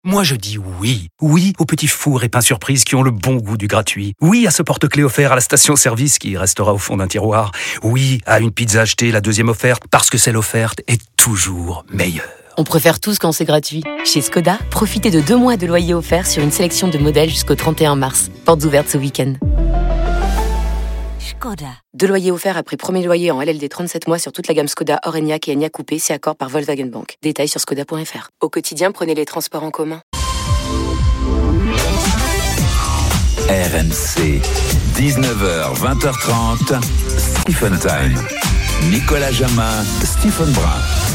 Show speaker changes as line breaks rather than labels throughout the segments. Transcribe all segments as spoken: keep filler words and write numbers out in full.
Moi je dis oui. Oui aux petits fours et pains surprises qui ont le bon goût du gratuit. Oui à ce porte-clés offert à la station-service qui restera au fond d'un tiroir. Oui à une pizza achetée, la deuxième offerte, parce que celle offerte est toujours meilleure.
On préfère tous quand c'est gratuit. Chez Skoda, profitez de deux mois de loyer offert sur une sélection de modèles jusqu'au trente et un mars. Portes ouvertes ce week-end. Skoda. Deux loyers offerts après premier loyer en L L D trente-sept mois sur toute la gamme Skoda, Orenia et Enyaq Coupé, c'est accord par Volkswagen Bank. Détails sur skoda point f r. Au quotidien, prenez les transports en commun.
R M C, dix-neuf heures, vingt heures trente, Stephen Time. Nicolas Jamin, Stephen Brun.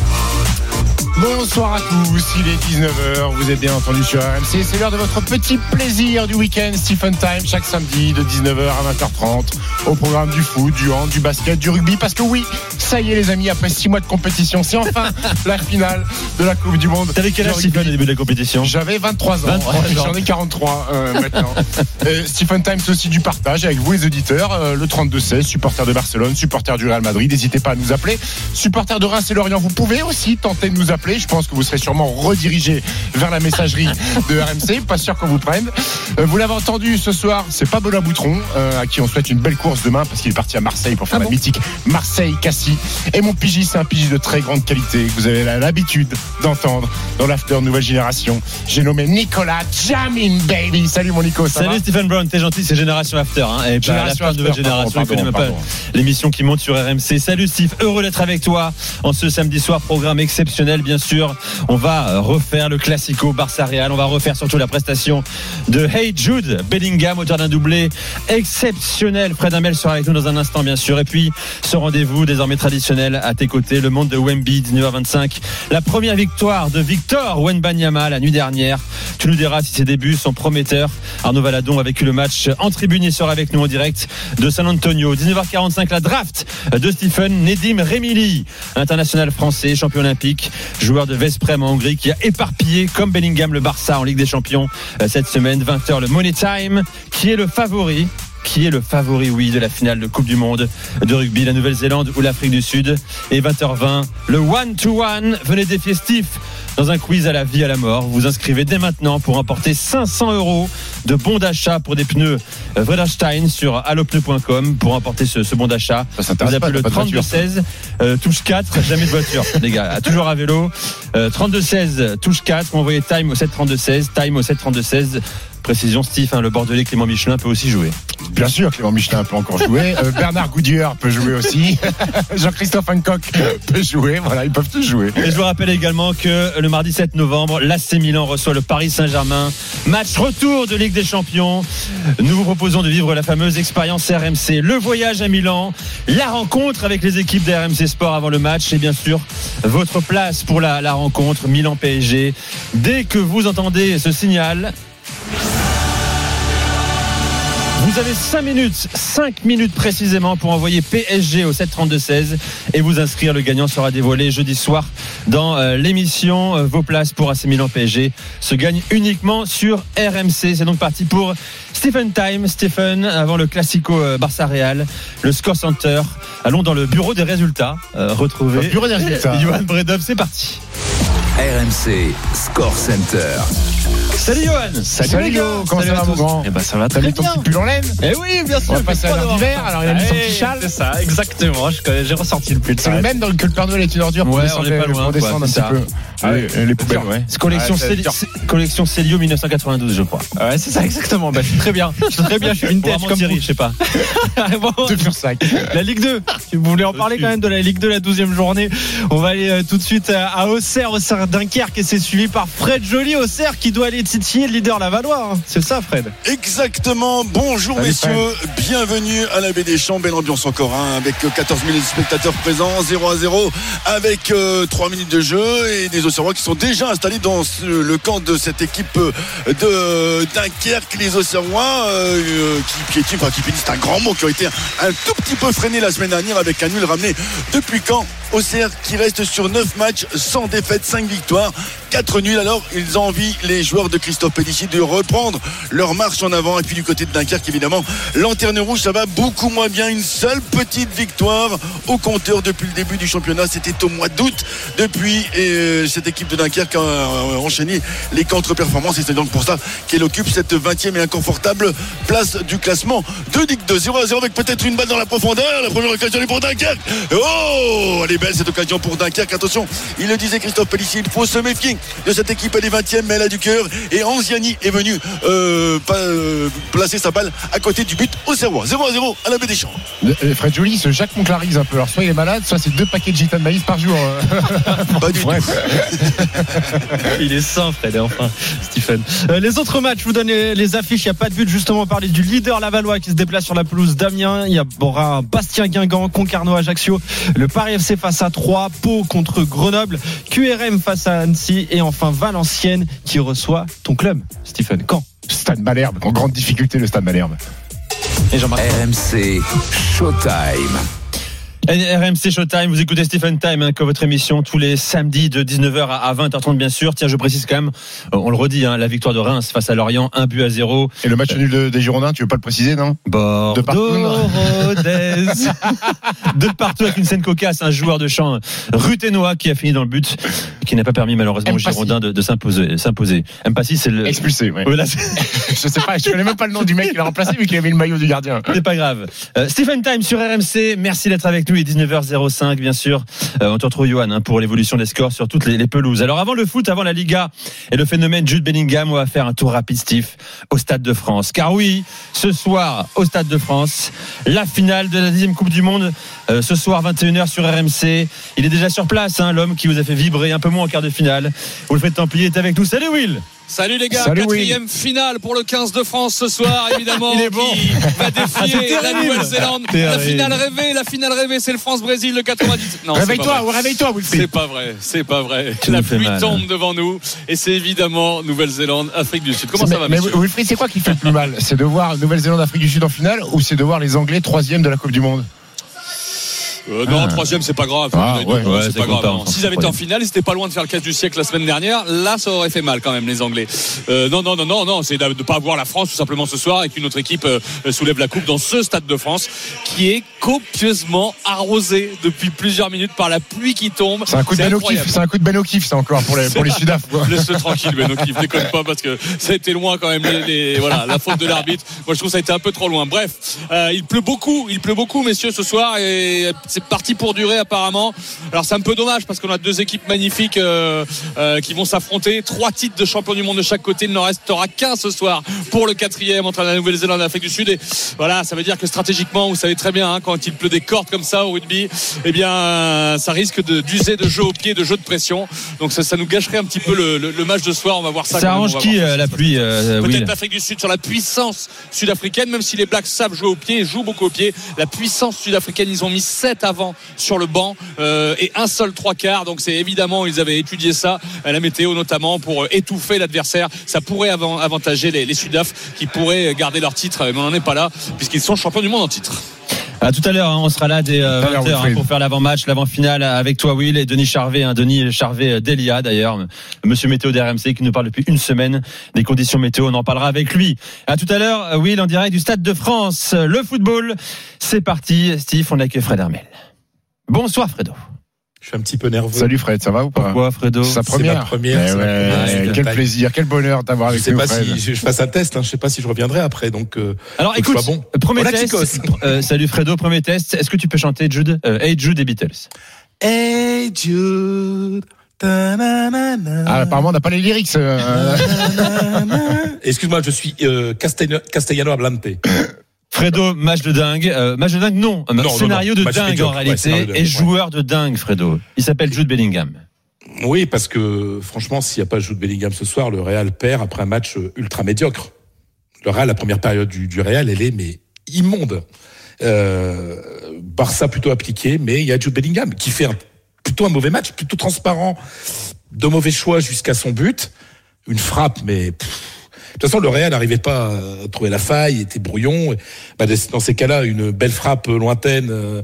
Bonsoir à tous, il est dix-neuf heures, vous êtes bien entendu sur R M C, c'est l'heure de votre petit plaisir du week-end, Stephen Time, chaque samedi de dix-neuf heures à vingt heures trente, au programme du foot, du hand, du basket, du rugby, parce que oui, ça y est les amis, après six mois de compétition, c'est enfin la finale de la Coupe du Monde.
T'avais quel âge, Stephen, au début de la compétition ?
J'avais vingt-trois ans,
vingt-trois
ouais, j'en ai quarante-trois euh, maintenant. euh, Stephen Time, c'est aussi du partage avec vous les auditeurs, euh, le trente-deux seize, supporters de Barcelone, supporters du Real Madrid, n'hésitez pas à nous appeler, supporters de Reims et Lorient, vous pouvez aussi tenter de nous appeler. Je pense que vous serez sûrement redirigé vers la messagerie de R M C. Pas sûr qu'on vous prenne. Euh, vous l'avez entendu ce soir, c'est pas Benoît Boutron euh, à qui on souhaite une belle course demain parce qu'il est parti à Marseille pour faire ah la bon mythique Marseille-Cassis. Et mon pigiste, c'est un pigiste de très grande qualité que vous avez l'habitude d'entendre dans l'after Nouvelle Génération. J'ai nommé Nicolas Jamin Baby. Salut mon Nico. Ça
Salut
va
Stephen Brown, t'es gentil, c'est Génération After. Hein, et
Génération
pas After Nouvelle Génération,
pardon,
il connaît même
pardon.
pas l'émission qui monte sur R M C. Salut Steve, heureux d'être avec toi en ce samedi soir. Programme exceptionnel, bien sûr. On va refaire le classico Barça-Real. On va refaire surtout la prestation de Hey Jude Bellingham, auteur d'un doublé exceptionnel. Fred Hamel sera avec nous dans un instant, bien sûr. Et puis, ce rendez-vous désormais traditionnel à tes côtés, le monde de Wemby, dix-neuf heures vingt-cinq. La première victoire de Victor Wembanyama la nuit dernière. Tu nous diras si ses débuts sont prometteurs. Arnaud Valadon a vécu le match en tribune. Il sera avec nous en direct de San Antonio. dix-neuf heures quarante-cinq, la draft de Stephen Nedim Remili, international français, champion olympique, joueur de Vesprem en Hongrie, qui a éparpillé comme Bellingham le Barça en Ligue des Champions cette semaine. Vingt heures le Money Time, qui est le favori qui est le favori, oui, de la finale de Coupe du Monde de rugby, la Nouvelle-Zélande ou l'Afrique du Sud. Et vingt heures vingt, le one-to-one. Venez défier Steve dans un quiz à la vie, à la mort. Vous vous inscrivez dès maintenant pour remporter cinq cents euros de bons d'achat pour des pneus Vrederstein sur allopneu point com pour remporter ce, ce bon d'achat.
Ça
vous appelez le trente-deux seize, euh, touche quatre, jamais de voiture, les gars, toujours à vélo. Euh, trente-deux seize, touche quatre, vous envoyez time au sept trente-deux seize, time au sept trente-deux seize. Précision, Steve, hein, le Bordelais Clément Michelin peut aussi jouer.
Bien sûr, Clément Michelin peut encore jouer. Euh, Bernard Goudier peut jouer aussi. Jean-Christophe Hancock peut jouer. Voilà, ils peuvent tous jouer.
Et je vous rappelle également que le mardi sept novembre, l'A C Milan reçoit le Paris Saint-Germain. Match retour de Ligue des Champions. Nous vous proposons de vivre la fameuse expérience R M C. Le voyage à Milan, la rencontre avec les équipes de R M C Sport avant le match et bien sûr votre place pour la, la rencontre Milan-P S G. Dès que vous entendez ce signal, vous avez cinq minutes, cinq minutes précisément pour envoyer P S G au sept trente-deux seize et vous inscrire. Le gagnant sera dévoilé jeudi soir dans euh, l'émission. Euh, vos places pour A C Milan P S G se gagnent uniquement sur R M C. C'est donc parti pour Stephen Time. Stephen, avant le Classico euh, Barça-Real, le Score Center. Allons dans le bureau des résultats. Euh, retrouver
le bureau des résultats.
Johan Bredov, c'est parti.
R M C Score Center.
Salut Johan.
Salut, Salut Léo, comment ça va mon grand ?
Eh ben ça va
T'as
très
mis ton
bien.
petit pull en laine ?
Eh oui, bien sûr.
On va passer à l'heure d'hiver, alors il a mis son petit châle.
C'est ça, exactement. Je connais, j'ai ressorti le pull.
C'est le même dans le, que le Père Noël est une ordure pour
Ouais,
descendre,
on est pas loin,
pour descendre
quoi,
un
c'est
petit
ça.
peu. Ah, les, les poubelles, ouais.
C'est collection,
Ouais, c'est
Célio,
dur.
c'est collection Célio dix-neuf cent quatre-vingt-douze, je crois.
Ouais, c'est ça, exactement. Bah, je suis très bien. Je suis très bien. Je suis vintage comme
Thierry,
vous.
je sais pas.
Bon,
De Fursac.
la Ligue deux. Vous voulez en parler quand même de la Ligue deux, la douzième journée. On va aller euh, tout de suite à, à Auxerre, Auxerre Dunkerque, et c'est suivi par Fred Joly. Auxerre qui doit aller titiller le leader Lavallois. Hein. C'est ça, Fred.
Exactement, bonjour
Salut,
messieurs, bienvenue à la Baie des Champs, belle ambiance encore hein, avec quatorze mille spectateurs présents, zéro à zéro avec euh, trois minutes de jeu et des Auxerrois qui sont déjà installés dans ce, le camp de cette équipe de Dunkerque, les Auxerrois euh, qui piétinent, enfin qui piétinent, c'est un grand mot, qui ont été un, un tout petit peu freinés la semaine dernière avec un nul ramené depuis Caen. Auxerre qui reste sur neuf matchs sans défaite, cinq victoires, quatre nuls. Alors ils ont envie, les joueurs de Christophe Pélissier, de reprendre leur marche en avant. Et puis du côté de Dunkerque, évidemment, Lanterne Rouge, ça va beaucoup moins bien. Une seule petite victoire au compteur depuis le début du championnat. C'était au mois d'août. Depuis, et cette équipe de Dunkerque a enchaîné les contre-performances, et c'est donc pour ça qu'elle occupe cette vingtième et inconfortable place du classement de Ligue deux. zéro à zéro avec peut-être une balle dans la profondeur. La première occasion est pour Dunkerque. Oh, elle est belle cette occasion pour Dunkerque. Attention, il le disait Christophe Pélissier, il faut se méfier de cette équipe. Elle est vingtième, mais elle a du cœur, et Anziani est venu euh, pas, euh, placer sa balle à côté du but au Serrois. zéro à zéro à la Baie des Champs.
Fred Joly se Jacques Monclarise un peu. Alors soit il est malade, soit c'est deux paquets de gitane de maïs par jour.
Pas du
ouais.
tout.
Il est sain, Fred, enfin, Stephen. Euh, les autres matchs, je vous donne les, les affiches. Il n'y a pas de but, justement, on parlait du leader Lavallois qui se déplace sur la pelouse d'Amiens. Il y aura Bastien Guingamp, Concarneau Ajaccio, le Paris F C face à Troyes, Pau contre Grenoble, Q R M face à Annecy, et enfin Valenciennes qui reçoit ton club, Stephen. Caen.
Stade Malherbe, en grande difficulté le Stade Malherbe.
Et Jean-Marc.
R M C Showtime.
R M C Showtime, vous écoutez Stephen Time, hein, comme votre émission tous les samedis de dix-neuf heures à vingt heures trente, bien sûr. Tiens, je précise quand même, on le redit, hein, la victoire de Reims face à Lorient, un but à zéro.
Et le match nul de, des Girondins, tu veux pas le préciser, non?
Bordeaux, Rodez. De partout avec une scène cocasse, un joueur de champ ruthénois qui a fini dans le but, qui n'a pas permis malheureusement aux Girondins de, de s'imposer. s'imposer. Mpassi, c'est le...
Expulsé, ouais.
Voilà,
je sais pas, je connais même pas le nom du mec qui l'a remplacé, vu qu'il avait le maillot du gardien.
c'est pas grave. Euh, Stephen Time sur R M C, merci d'être avec nous. Il est dix-neuf heures zéro cinq, bien sûr. Euh, on te retrouve, Johan, hein, pour l'évolution des scores sur toutes les, les pelouses. Alors, avant le foot, avant la Liga et le phénomène Jude Bellingham, on va faire un tour rapide, Steve, au Stade de France. Car oui, ce soir, au Stade de France, la finale de la dixième Coupe du Monde, euh, ce soir, vingt et une heures sur R M C. Il est déjà sur place, hein, l'homme qui vous a fait vibrer un peu moins en quart de finale. Wilfried Templier est avec nous. Salut, Will!
Salut les gars,
Salut,
quatrième
oui.
finale pour le quinze de France ce soir, évidemment,
Il est bon.
qui va défier
Ah,
la Nouvelle-Zélande. La finale rêvée, la finale rêvée, c'est le France-Brésil, le quatre-vingt-dix. Non,
Réveille-toi, ou réveille-toi, Wilfried.
c'est pas vrai, c'est pas vrai.
Tu
La
nous fais
pluie
mal.
tombe devant nous, et c'est évidemment Nouvelle-Zélande, Afrique du Sud. Comment
mais,
ça va,
mais
monsieur?
Wilfried, c'est quoi qui fait le plus mal? C'est de voir Nouvelle-Zélande, Afrique du Sud en finale, ou c'est de voir les Anglais troisième de la Coupe du Monde?
Euh, non, ah. troisième, c'est pas grave.
Ah,
non,
ouais,
non,
ouais,
c'est
c'est
pas grave.
content,
Non. S'ils avaient été en finale, ils étaient pas loin de faire le casse du siècle la semaine dernière. Là, ça aurait fait mal quand même, les Anglais. Euh, non, non, non, non, non, c'est de ne pas voir la France tout simplement ce soir et qu'une autre équipe euh, soulève la coupe dans ce Stade de France qui est copieusement arrosé depuis plusieurs minutes par la pluie qui tombe.
C'est un coup de Ben O'Keefe, c'est un coup de Ben O'Keefe, ça encore pour les, pour les Sudaf.
Laisse-le tranquille, Ben O'Keefe, déconne pas parce que ça a été loin quand même. Les, les, voilà, la faute de l'arbitre. Moi, je trouve que ça a été un peu trop loin. Bref, euh, il pleut beaucoup, il pleut beaucoup, messieurs, ce soir et c'est parti pour durer apparemment. Alors c'est un peu dommage parce qu'on a deux équipes magnifiques euh, euh, qui vont s'affronter. Trois titres de champion du monde de chaque côté. Il n'en restera qu'un ce soir pour le quatrième entre la Nouvelle-Zélande et l'Afrique du Sud. Et voilà, ça veut dire que stratégiquement, vous savez très bien, hein, quand il pleut des cordes comme ça au rugby, eh bien, euh, ça risque de, d'user de jeu au pied, de jeu de pression. Donc ça, ça nous gâcherait un petit peu le, le, le match de ce soir. On va voir ça.
Ça arrange qui,
voir
euh, la pluie, euh,
Peut-être
Will?
l'Afrique du Sud sur la puissance sud-africaine, même si les Blacks savent jouer au pied et jouent beaucoup au pied. La puissance sud-africaine, ils ont mis sept avant sur le banc. Euh, et un seul trois quarts, donc c'est évidemment ils avaient étudié ça, la météo notamment pour étouffer l'adversaire. Ça pourrait avantager les, les Sudaf qui pourraient garder leur titre, mais on n'en est pas là puisqu'ils sont champions du monde en titre.
À tout à l'heure, hein, on sera là dès euh, vingt heures hein, pour faire l'avant-match, l'avant-finale avec toi, Will, et Denis Charvet, hein, Denis Charvet d'Elia d'ailleurs, monsieur météo d'R M C qui nous parle depuis une semaine des conditions météo. On en parlera avec lui. À tout à l'heure, Will, en direct du Stade de France. Le football, c'est parti. Steve, on accueille Fred Hermel. Bonsoir Fredo.
Je suis un petit peu nerveux.
Salut Fred, ça va ou pas?
Pourquoi Fredo?
C'est sa première.
C'est ma première.
Eh
c'est
ouais,
ma première.
ouais, quel plaisir, quel bonheur d'avoir avec
je sais
nous,
pas
Fred.
si je, je fasse un test. Hein, je sais pas si je reviendrai après. Donc. Euh,
Alors
faut
écoute,
que je sois bon.
premier
Hola,
test.
chicos.
Euh, salut Fredo, premier test. Est-ce que tu peux chanter Jude, euh, Hey Jude des Beatles?
Hey Jude.
Ah, apparemment, on n'a pas les lyrics. Euh...
Excuse-moi, je suis euh, Castellano, Castellano Hablante.
Fredo, match de dingue. Euh, match de dingue, non. Un
non,
scénario
non, non.
de
Match
dingue
médiocre,
en
ouais,
réalité.
scénario de dingue,
et joueur de dingue, Fredo. Il s'appelle Jude Bellingham.
Oui, parce que franchement, s'il n'y a pas Jude Bellingham ce soir, le Real perd après un match ultra médiocre. Le Real, la première période du, du Real, elle est mais immonde. Euh, Barça plutôt appliqué, mais il y a Jude Bellingham qui fait un, plutôt un mauvais match, plutôt transparent, de mauvais choix jusqu'à son but. Une frappe, mais... Pff, de toute façon, le Real n'arrivait pas à trouver la faille, était brouillon. Bah, dans ces cas-là, une belle frappe lointaine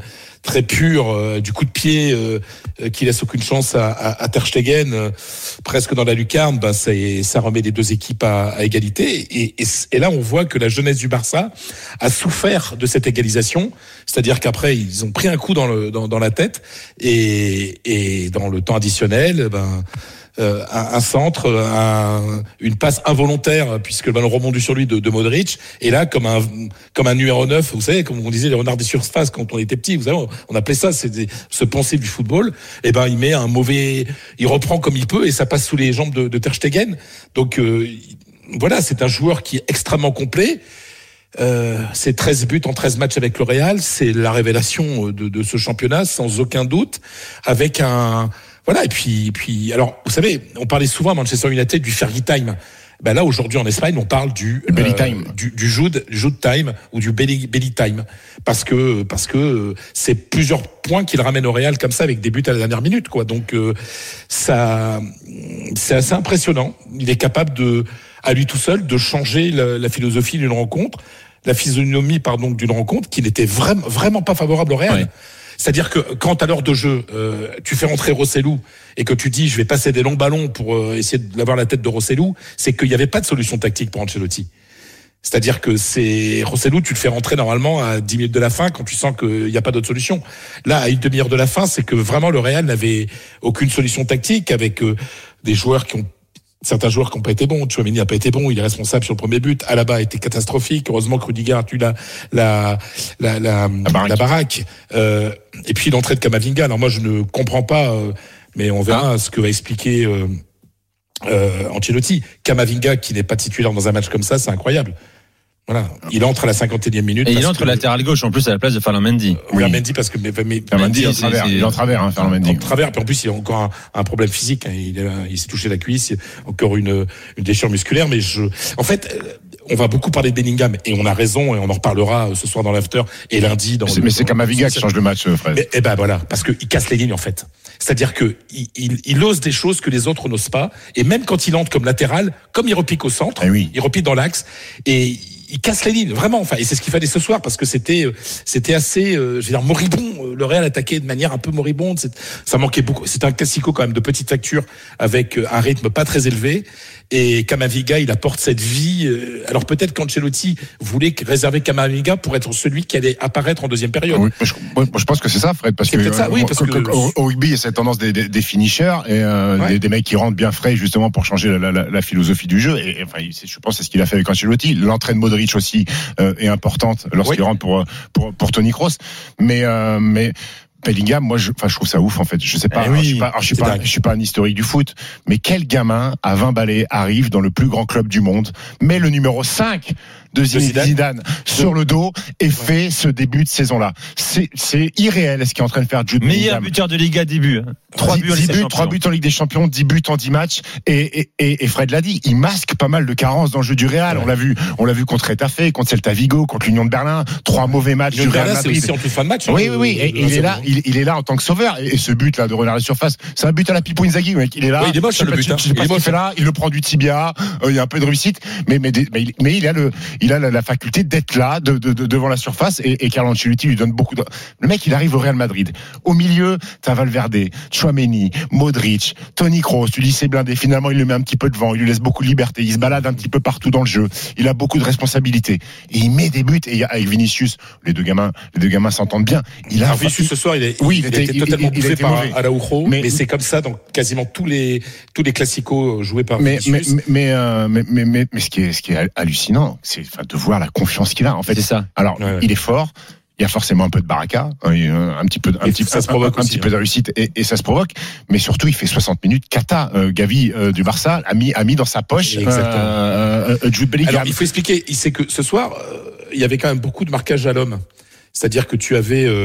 très pur, euh, du coup de pied euh, qui laisse aucune chance à, à, à Ter Stegen, euh, presque dans la lucarne, ben ça, ça remet les deux équipes à, à égalité. Et, et, et là, on voit que la jeunesse du Barça a souffert de cette égalisation, c'est-à-dire qu'après ils ont pris un coup dans le dans, dans la tête et, et dans le temps additionnel, ben Euh, un, un centre, un, une passe involontaire puisque le ballon remonte sur lui de, de Modric. Et là, comme un comme un numéro neuf, vous savez, comme on disait les renards des surfaces quand on était petit, vous savez, on, on appelait ça, c'est des, ce penser du football. Et ben, il met un mauvais, il reprend comme il peut et ça passe sous les jambes de, de Ter Stegen. Donc euh, voilà, c'est un joueur qui est extrêmement complet. Euh, c'est treize buts en treize matchs avec le Real, c'est la révélation de, de ce championnat sans aucun doute, avec un voilà, et puis, et puis, alors, vous savez, on parlait souvent à Manchester United du Fergie Time. Ben là, aujourd'hui, en Espagne, on parle du,
Belly
euh,
Time.
du, du Jude, Jude Time ou du Belly, Belly Time. Parce que, parce que c'est plusieurs points qu'il ramène au Real comme ça avec des buts à la dernière minute, quoi. Donc, euh, ça, c'est assez impressionnant. Il est capable de, à lui tout seul, de changer la, la philosophie d'une rencontre, la physionomie, pardon, d'une rencontre qui n'était vraiment, vraiment pas favorable au Real. Ouais. C'est-à-dire que quand à l'heure de jeu, euh, tu fais rentrer Rossellou et que tu dis je vais passer des longs ballons pour euh, essayer d'avoir la tête de Rossellou, c'est qu'il n'y avait pas de solution tactique pour Ancelotti. C'est-à-dire que c'est Rossellou, tu le fais rentrer normalement à dix minutes de la fin quand tu sens qu'il n'y a pas d'autre solution. Là, à une demi-heure de la fin, c'est que vraiment le Real n'avait aucune solution tactique avec euh, des joueurs qui ont certains joueurs qui n'ont pas été bons. Tchouaméni n'a pas été bon, il est responsable sur le premier but. Alaba a été catastrophique. Heureusement que Rudiger a tué la la la la, la baraque. La baraque. Euh, et puis l'entrée de Camavinga. Alors moi je ne comprends pas, euh, mais on verra ah. ce que va expliquer euh, euh, Ancelotti. Camavinga qui n'est pas titulaire dans un match comme ça, c'est incroyable. Voilà, il entre à la cinquante et unième minute.
Et il entre que... latéral gauche en plus à la place de Ferland Mendy.
Oui, Ferland Mendy parce que mais, mais
Ferland Mendy, il est en travers, il est en travers, hein, Ferland Mendy.
En travers, puis en plus il a encore un, un problème physique. Hein. Il, est, il s'est touché la cuisse, encore une, une déchirure musculaire. Mais je, en fait, on va beaucoup parler de Bellingham et on a raison et on en reparlera ce soir dans l'after et lundi dans.
Mais
le,
c'est, mais c'est Camavinga qui change le match, Fred.
Mais, eh ben voilà, parce que il casse les lignes en fait. C'est-à-dire que il, il, il ose des choses que les autres n'osent pas. Et même quand il entre comme latéral, comme il repique au centre,
eh oui.
il repique dans l'axe et il casse les lignes, vraiment. Enfin, et c'est ce qu'il fallait ce soir parce que c'était, c'était assez, euh, je veux dire, moribond. Le Real attaquait de manière un peu moribonde. C'est, ça manquait beaucoup. C'était un classico quand même de petite facture avec un rythme pas très élevé. Et Camavinga, il apporte cette vie. Alors peut-être qu'Ancelotti voulait réserver Camavinga pour être celui qui allait apparaître en deuxième période.
Oui, je, moi, je pense que c'est ça, Fred, parce
c'est
que,
peut-être ça, oui, parce que, que
au, au rugby, il y a cette tendance des, des, des finishers et euh, ouais. des, des mecs qui rentrent bien frais justement pour changer la, la, la philosophie du jeu. Et, et enfin, je pense que c'est ce qu'il a fait avec Ancelotti. L'entrée de Modric aussi euh, est importante lorsqu'il oui. rentre pour pour pour Toni Kroos. Mais euh, mais Bellingham, moi, je, enfin, je trouve ça ouf, en fait. Je sais pas, eh oui, alors, je suis pas, alors, je suis pas, je suis pas un historique du foot, mais quel gamin à vingt balais arrive dans le plus grand club du monde, met le numéro cinq de Zidane, Zidane sur le dos et fait ce début de saison-là. C'est, c'est irréel ce qu'il est en train de faire Jude Bellingham.
Meilleur buteur de Liga, dix buts.
Trois buts, dix buts, trois buts en Ligue des Champions, dix buts en dix matchs. Et, et, et Fred l'a dit, il masque pas mal de carences dans le jeu du Real. Ouais. On l'a vu, on l'a vu contre Etafé, contre Celta Vigo, contre l'Union de Berlin. Trois mauvais matchs du Real Madrid.
C'est aussi en toute fin de match.
Oui, oui, oui. Et, et il est là, il, il est là en tant que sauveur. Et, et ce but-là de renard la surface, c'est un but à la Pipo Inzaghi, mec. Il est là.
Oui, il est moche, le but.
Je sais pas ce qu'il fait là. Il le prend du tibia. Euh, il y a un peu de réussite. Mais, mais, mais, mais il a le, il a la, la faculté d'être là, de, de, de, devant la surface. Et, et Carlo Ancelotti lui donne beaucoup de. Le mec, il arrive au Real Madrid. Au milieu, t'as Valverde, Tchouaméni, Modric, Toni Kroos. Tu dis c'est blindé. Finalement, il le met un petit peu devant. Il lui laisse beaucoup de liberté. Il se balade un petit peu partout dans le jeu. Il a beaucoup de responsabilités. Et il met des buts. Et avec Vinicius, les deux gamins, les deux gamins s'entendent bien. Il a.
Alors, Vinicius ce soir, il, est, oui, il, il était, était totalement il, il, bouffé il par Araujo. Mais, mais c'est comme ça dans quasiment tous les tous les classicos joués par
mais,
Vinicius.
Mais mais, euh, mais mais mais mais ce qui est ce qui est hallucinant, c'est enfin de voir la confiance qu'il a. En fait,
c'est ça.
Alors, ouais, ouais. il est fort. Il y a forcément un peu de baraka, un petit peu, un petit,
ça se provoque
un, un
aussi,
petit peu de réussite et, et ça se provoque. Mais surtout, il fait soixante minutes. Kata, euh, Gavi euh, du Barça a mis, a mis dans sa poche euh, euh, Jude Bellingham.
Alors, il faut expliquer. C'est que ce soir, euh, il y avait quand même beaucoup de marquage à l'homme. C'est-à-dire que tu avais, euh,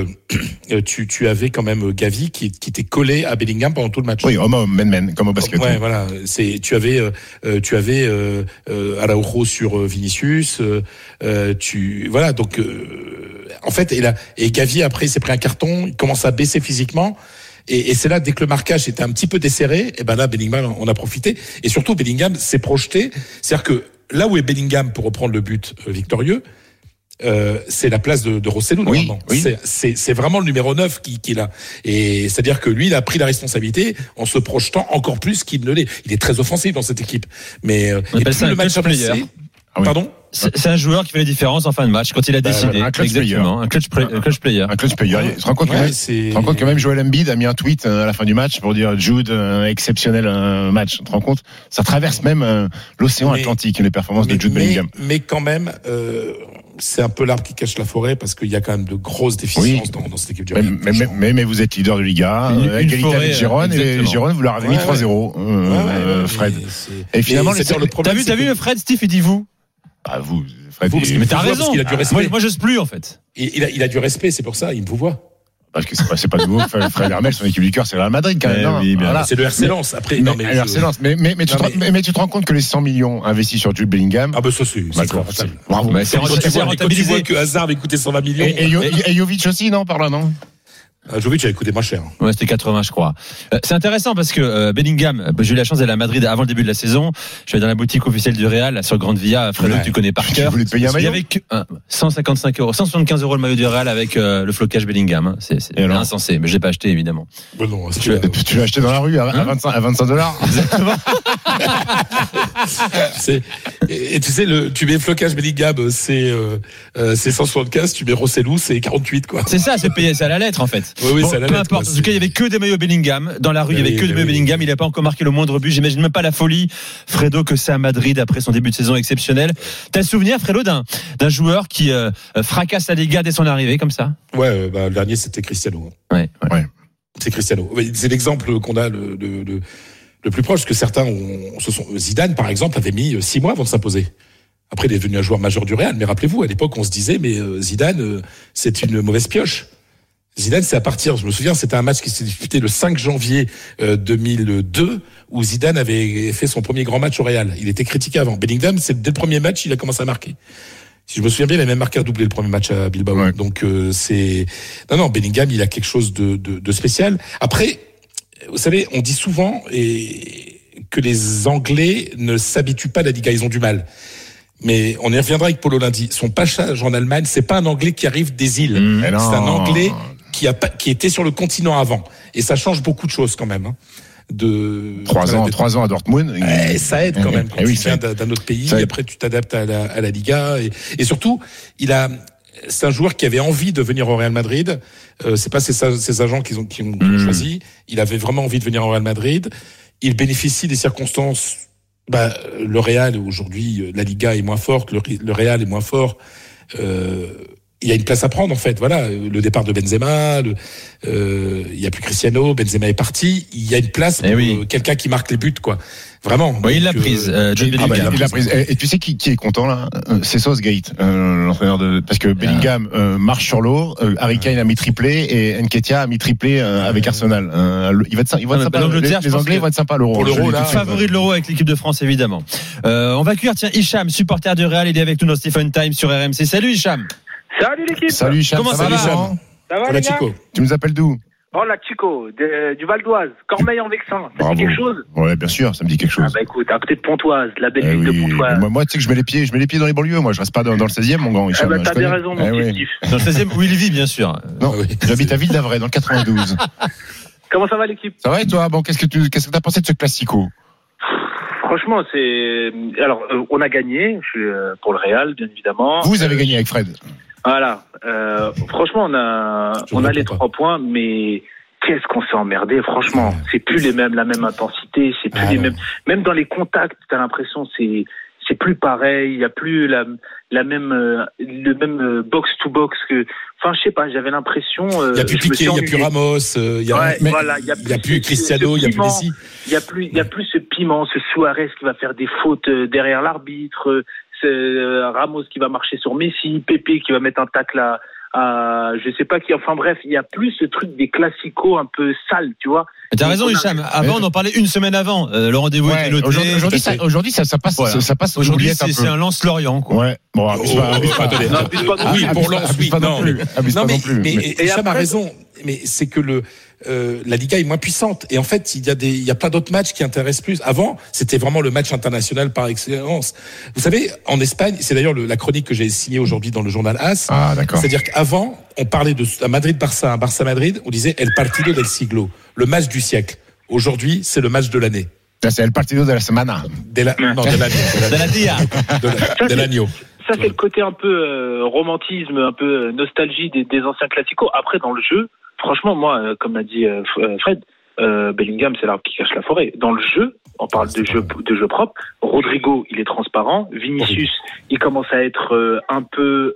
tu, tu avais quand même Gavi qui, qui était collé à Bellingham pendant tout le match.
Oui, homme homme, men men, comme au basket.
Ouais, voilà. C'est, tu avais, euh, tu avais euh, euh, Araujo sur Vinicius. Euh, tu, voilà. Donc, euh, en fait, et là, et Gavi après, il s'est pris un carton. Il commence à baisser physiquement. Et, et c'est là, dès que le marquage était un petit peu desserré, et ben là, Bellingham en a profité. Et surtout, Bellingham s'est projeté. C'est-à-dire que là où est Bellingham pour reprendre le but euh, victorieux. Euh, c'est la place de, de Rosselló,
oui,
normalement.
Oui.
C'est, c'est, c'est vraiment le numéro neuf qui, qui est là. Et c'est-à-dire que lui, il a pris la responsabilité en se projetant encore plus qu'il ne l'est. Il est très offensif dans cette équipe. Mais, euh,
On
et
appelle
plus
ça
le
un
match
clutch
avancé.
player.
Ah oui. Pardon?
C'est, c'est un joueur qui fait la différence en fin de match quand il a décidé.
Un clutch
Exactement.
player.
Un clutch, play, un clutch player.
Un clutch player. Tu te rends compte,
Ouais,
que, même,
c'est...
tu te rends compte que même Joel Embiid a mis un tweet à la fin du match pour dire Jude, un exceptionnel un match. Tu te rends compte? Ça traverse même euh, l'océan
Mais,
Atlantique, les performances
mais,
de Jude
mais,
Bellingham.
Mais quand même, euh, c'est un peu l'arbre qui cache la forêt parce qu'il y a quand même de grosses déficiences
Oui.
dans, dans cette équipe du
Mais,
Real.
mais, mais, mais, mais vous êtes leader de Liga,
Une-
euh,
une
égalité
forêt,
avec Gérone,
exactement.
et Gérone, vous leur avez mis
Ouais,
trois zéro, euh,
Ouais, ouais,
euh,
ouais,
Fred.
mais c'est-
Et finalement,
mais
les-
c'est-à-dire, le
T'as
problème,
vu,
c'est
t'as
que-
vu Fred, Steve, il dit vous.
Ah, vous, Fred,
Vous, parce
il-
qu'il
Mais t'as
vous voit
raison.
parce qu'il a du respect.
Moi, moi, j'ose plus en fait.
Il, il, a, il a du respect, c'est pour ça, il me vous voit.
parce que c'est pas, c'est pas nouveau. Fred Hermel, son équipe du cœur, c'est Real Madrid quand même.
Eh
non
oui, bien.
Voilà.
C'est le R C Lens. Après,
Mais,
non, mais,
alors,
je-
c'est Lens. mais, mais, mais, tu
Non,
te, rends-
mais-
mais, mais tu te rends compte que les cent millions investis sur Jude Bellingham,
Ah, bah, ça, c'est, c'est
D'accord,
rentable.
c'est- bravo.
Bah, c'est
Quand tu
c'est
vois- quand tu
rentabilisé.
vois que Hazard avait coûté cent vingt millions,
et, et, Yo- et Jovic aussi, non, par là, non?
euh, Jovic avait coûté moins cher.
Ouais, c'était quatre-vingts, je crois. Euh, c'est intéressant parce que euh, Bellingham, euh, j'ai eu la chance d'aller à Madrid avant le début de la saison. Je vais dans la boutique officielle du Real, là, sur Grande Via, Fredo,
Ouais.
que tu connais par
Tu
cœur.
voulais te payer un
Il y
maillot?
avait que, euh, cent cinquante-cinq euros, cent soixante-quinze euros le maillot du Real avec euh, le flocage Bellingham. Hein. C'est, c'est
Et alors
insensé, mais je l'ai pas acheté évidemment.
Bon, non, c'est
Je-
que-
Tu, tu l'as acheté dans la rue à, à
Hein
vingt-cinq, à vingt-cinq dollars.
Exactement.
c'est, et, et tu sais, le, tu mets flocage Bellingham, c'est, euh, euh, c'est cent soixante-quinze, tu mets Rosselló, c'est quarante-huit, quoi.
C'est ça, c'est payé, c'est à la lettre en fait.
Oui, oui,
Bon,
c'est à la
peu
lettre,
importe.
quoi,
En tout cas, il y
c'est-
avait que des maillots Bellingham dans la rue. Il y
Mais
avait
oui,
que des
mais
maillots
oui.
Bellingham. Il n'a pas encore marqué le moindre but. J'imagine même pas la folie, Fredo, que c'est à Madrid après son début de saison exceptionnel. T'as le souvenir, Fredo, d'un d'un joueur qui euh, fracasse la Liga dès son arrivée comme ça?
Ouais, euh, bah, le dernier, c'était Cristiano.
Ouais. ouais.
Ouais.
C'est Cristiano. Ouais, c'est l'exemple qu'on a le, le, le, le plus proche, parce que certains ont, se sont, Zidane, par exemple, avait mis six mois avant de s'imposer. Après, il est devenu un joueur majeur du Real. Mais rappelez-vous, à l'époque, on se disait, mais euh, Zidane, euh, c'est une mauvaise pioche. Zidane, c'est à partir, je me souviens, c'était un match qui s'est disputé le cinq janvier euh, deux mille deux, où Zidane avait fait son premier grand match au Real. Il était critiqué avant. Bellingham, c'est dès le premier match, il a commencé à marquer. Si je me souviens bien, il a même marqué un doublé le premier match à Bilbao.
Ouais.
Donc euh, c'est non non Bellingham, il a quelque chose de, de, de spécial. Après, vous savez, on dit souvent et que les Anglais ne s'habituent pas à la Liga, ils ont du mal. Mais on y reviendra avec Polo lundi. Son passage en Allemagne, c'est pas un Anglais qui arrive des îles.
Mmh.
Mais non.
C'est un Anglais qui a pas, qui était sur le continent avant. Et ça change beaucoup de choses quand même. Hein. De
Trois ans, trois ans à Dortmund.
Eh, ça aide quand
Eh,
même. Quand
eh oui,
tu
ça
viens
aide.
d'un d'un autre pays,
Ça
et
aide.
après tu t'adaptes à la, à la Liga. Et, et surtout, il a, c'est un joueur qui avait envie de venir au Real Madrid. Euh, c'est pas ses, ses agents qui ont, qui ont, qui ont
Mmh.
choisi. Il avait vraiment envie de venir au Real Madrid. Il bénéficie des circonstances. Bah, le Real aujourd'hui, la Liga est moins forte. Le, le Real est moins fort. Euh, il y a une place à prendre en fait. Voilà, le départ de Benzema, le, euh, il y a plus Cristiano, Benzema est parti. Il y a une place pour
Eh oui.
euh, quelqu'un qui marque les buts, quoi. Vraiment.
Oui, il l'a
Donc,
prise.
euh,
Euh, Jude
Ah bah,
Bellingham.
il l'a prise. Et, et tu sais qui, qui est content là? Euh, C'est Southgate, euh, l'entraîneur de. Parce que Bellingham euh, marche sur l'eau. Euh, Harry Kane a mis triplé et Nketiah a mis triplé euh, avec Arsenal. Euh, le- il va être, sy- il va être
Ah,
sympa.
bah, l'Angleterre,
les
je
les
pense
Anglais
que-
vont être sympas à l'Euro.
Pour l'Euro,
Je le dis
là,
tout de suite.
Favori de l'Euro avec l'équipe de France, évidemment. Euh, on va accueillir, tiens, Hicham, supporter du Real. Il est avec nous dans Stephen Time sur R M C. Salut, Hicham.
Salut l'équipe.
Salut Hicham,
Comment
ça,
ça
va
va,
Hicham
Ça va
Hola,
les gars?
Chico.
Tu nous appelles d'où?
Oh la Chico, de- du Val d'Oise, Cormeil en Vexin. Ça
Bravo.
dit quelque chose?
Ouais, bien sûr, ça me dit quelque
Ah
chose.
bah écoute, à côté de Pontoise, la belle
Eh
ville
oui.
de Pontoise.
Moi, moi, tu sais que je mets les pieds, je mets les pieds dans les banlieues. Moi, je reste pas dans, dans le seizième, mon grand
Ah
Hicham.
bah
je
t'as bien
connais.
raison mon
Eh
petit
oui.
Steve.
Dans le seizième, où il vit, bien sûr.
Non,
Ah oui.
j'habite à Ville-d'Avray, dans le quatre-vingt-douze.
Comment ça va l'équipe?
Ça va et toi? Bon, qu'est-ce que tu, qu'est-ce que t'as pensé de ce classico?
Franchement, c'est. Alors, euh, on a gagné, je suis euh, pour le Real, bien évidemment.
Vous avez gagné avec Fred.
Voilà. Euh, franchement, on a,
Je
on
ne
a
réponds
les
pas.
trois points, mais qu'est-ce qu'on s'est emmerdé. Franchement, c'est plus les mêmes, la même intensité, c'est plus
Ah
les
non.
mêmes. Même dans les contacts, t'as l'impression c'est c'est plus pareil. Il y a plus la la même euh, le même box to box que. Enfin, je sais pas. J'avais l'impression. Euh,
Il n'y a plus
je me
Piqué,
suis
il n'y a plus
ennuyé.
Ramos, euh, il y a,
Ouais,
mais-
voilà, il y a
il y a
plus
plus
ce-
Cristiano,
ce
il n'y a plus
piment.
Messi.
Il y a plus, il y a plus ce piment, ce Suarez qui va faire des fautes euh, derrière l'arbitre, euh, c'est euh, Ramos qui va marcher sur Messi, Pepe qui va mettre un tacle à, à, je sais pas qui. Enfin bref, il y a plus ce truc des classicos un peu sales, tu vois.
Mais t'as raison,
On a-
Hicham. Avant, on en parlait une semaine avant. Euh, le rendez-vous
Ouais,
était noté.
aujourd'hui, aujourd'hui, ça, aujourd'hui, ça, ça passe,
Voilà.
ça, ça passe aux
Aujourd'hui,
oubliettes un
c'est
peu.
c'est un Lance-Lorient, quoi.
Ouais. Bon, abuse pas, abuse pas.
attendez.
Non, abuse pas non
Oui,
plus.
pour Lens,
Abuse
oui.
pas non
Non,
plus. Abuse
non,
pas
mais,
non plus.
mais,
Mais-
et
Et
Hicham a
après-
raison. mais c'est que le euh, la Liga est moins puissante. Et en fait, il y a des, il y a plein d'autres matchs qui intéressent plus. Avant, c'était vraiment le match international par excellence. Vous savez, en Espagne, c'est d'ailleurs le, la chronique que j'ai signée aujourd'hui dans le journal AS.
Ah, d'accord.
C'est-à-dire qu'avant, on parlait de à Madrid-Barça, un Barça-Madrid, on disait El Partido del Siglo, le match du siècle. Aujourd'hui, c'est le match de l'année.
Ça, c'est El Partido de la Semana.
De la, non, de l'année.
De la dia.
De la, de l'agneau.
Ça, c'est le côté un peu euh, romantisme, un peu euh, nostalgie des, des anciens classicos. Après, dans le jeu, franchement, moi, euh, comme l'a dit euh, Fred, euh, Bellingham, c'est l'arbre qui cache la forêt. Dans le jeu, on parle de jeu, de jeu propre. Rodrigo, il est transparent. Vinicius, il commence à être euh, un peu...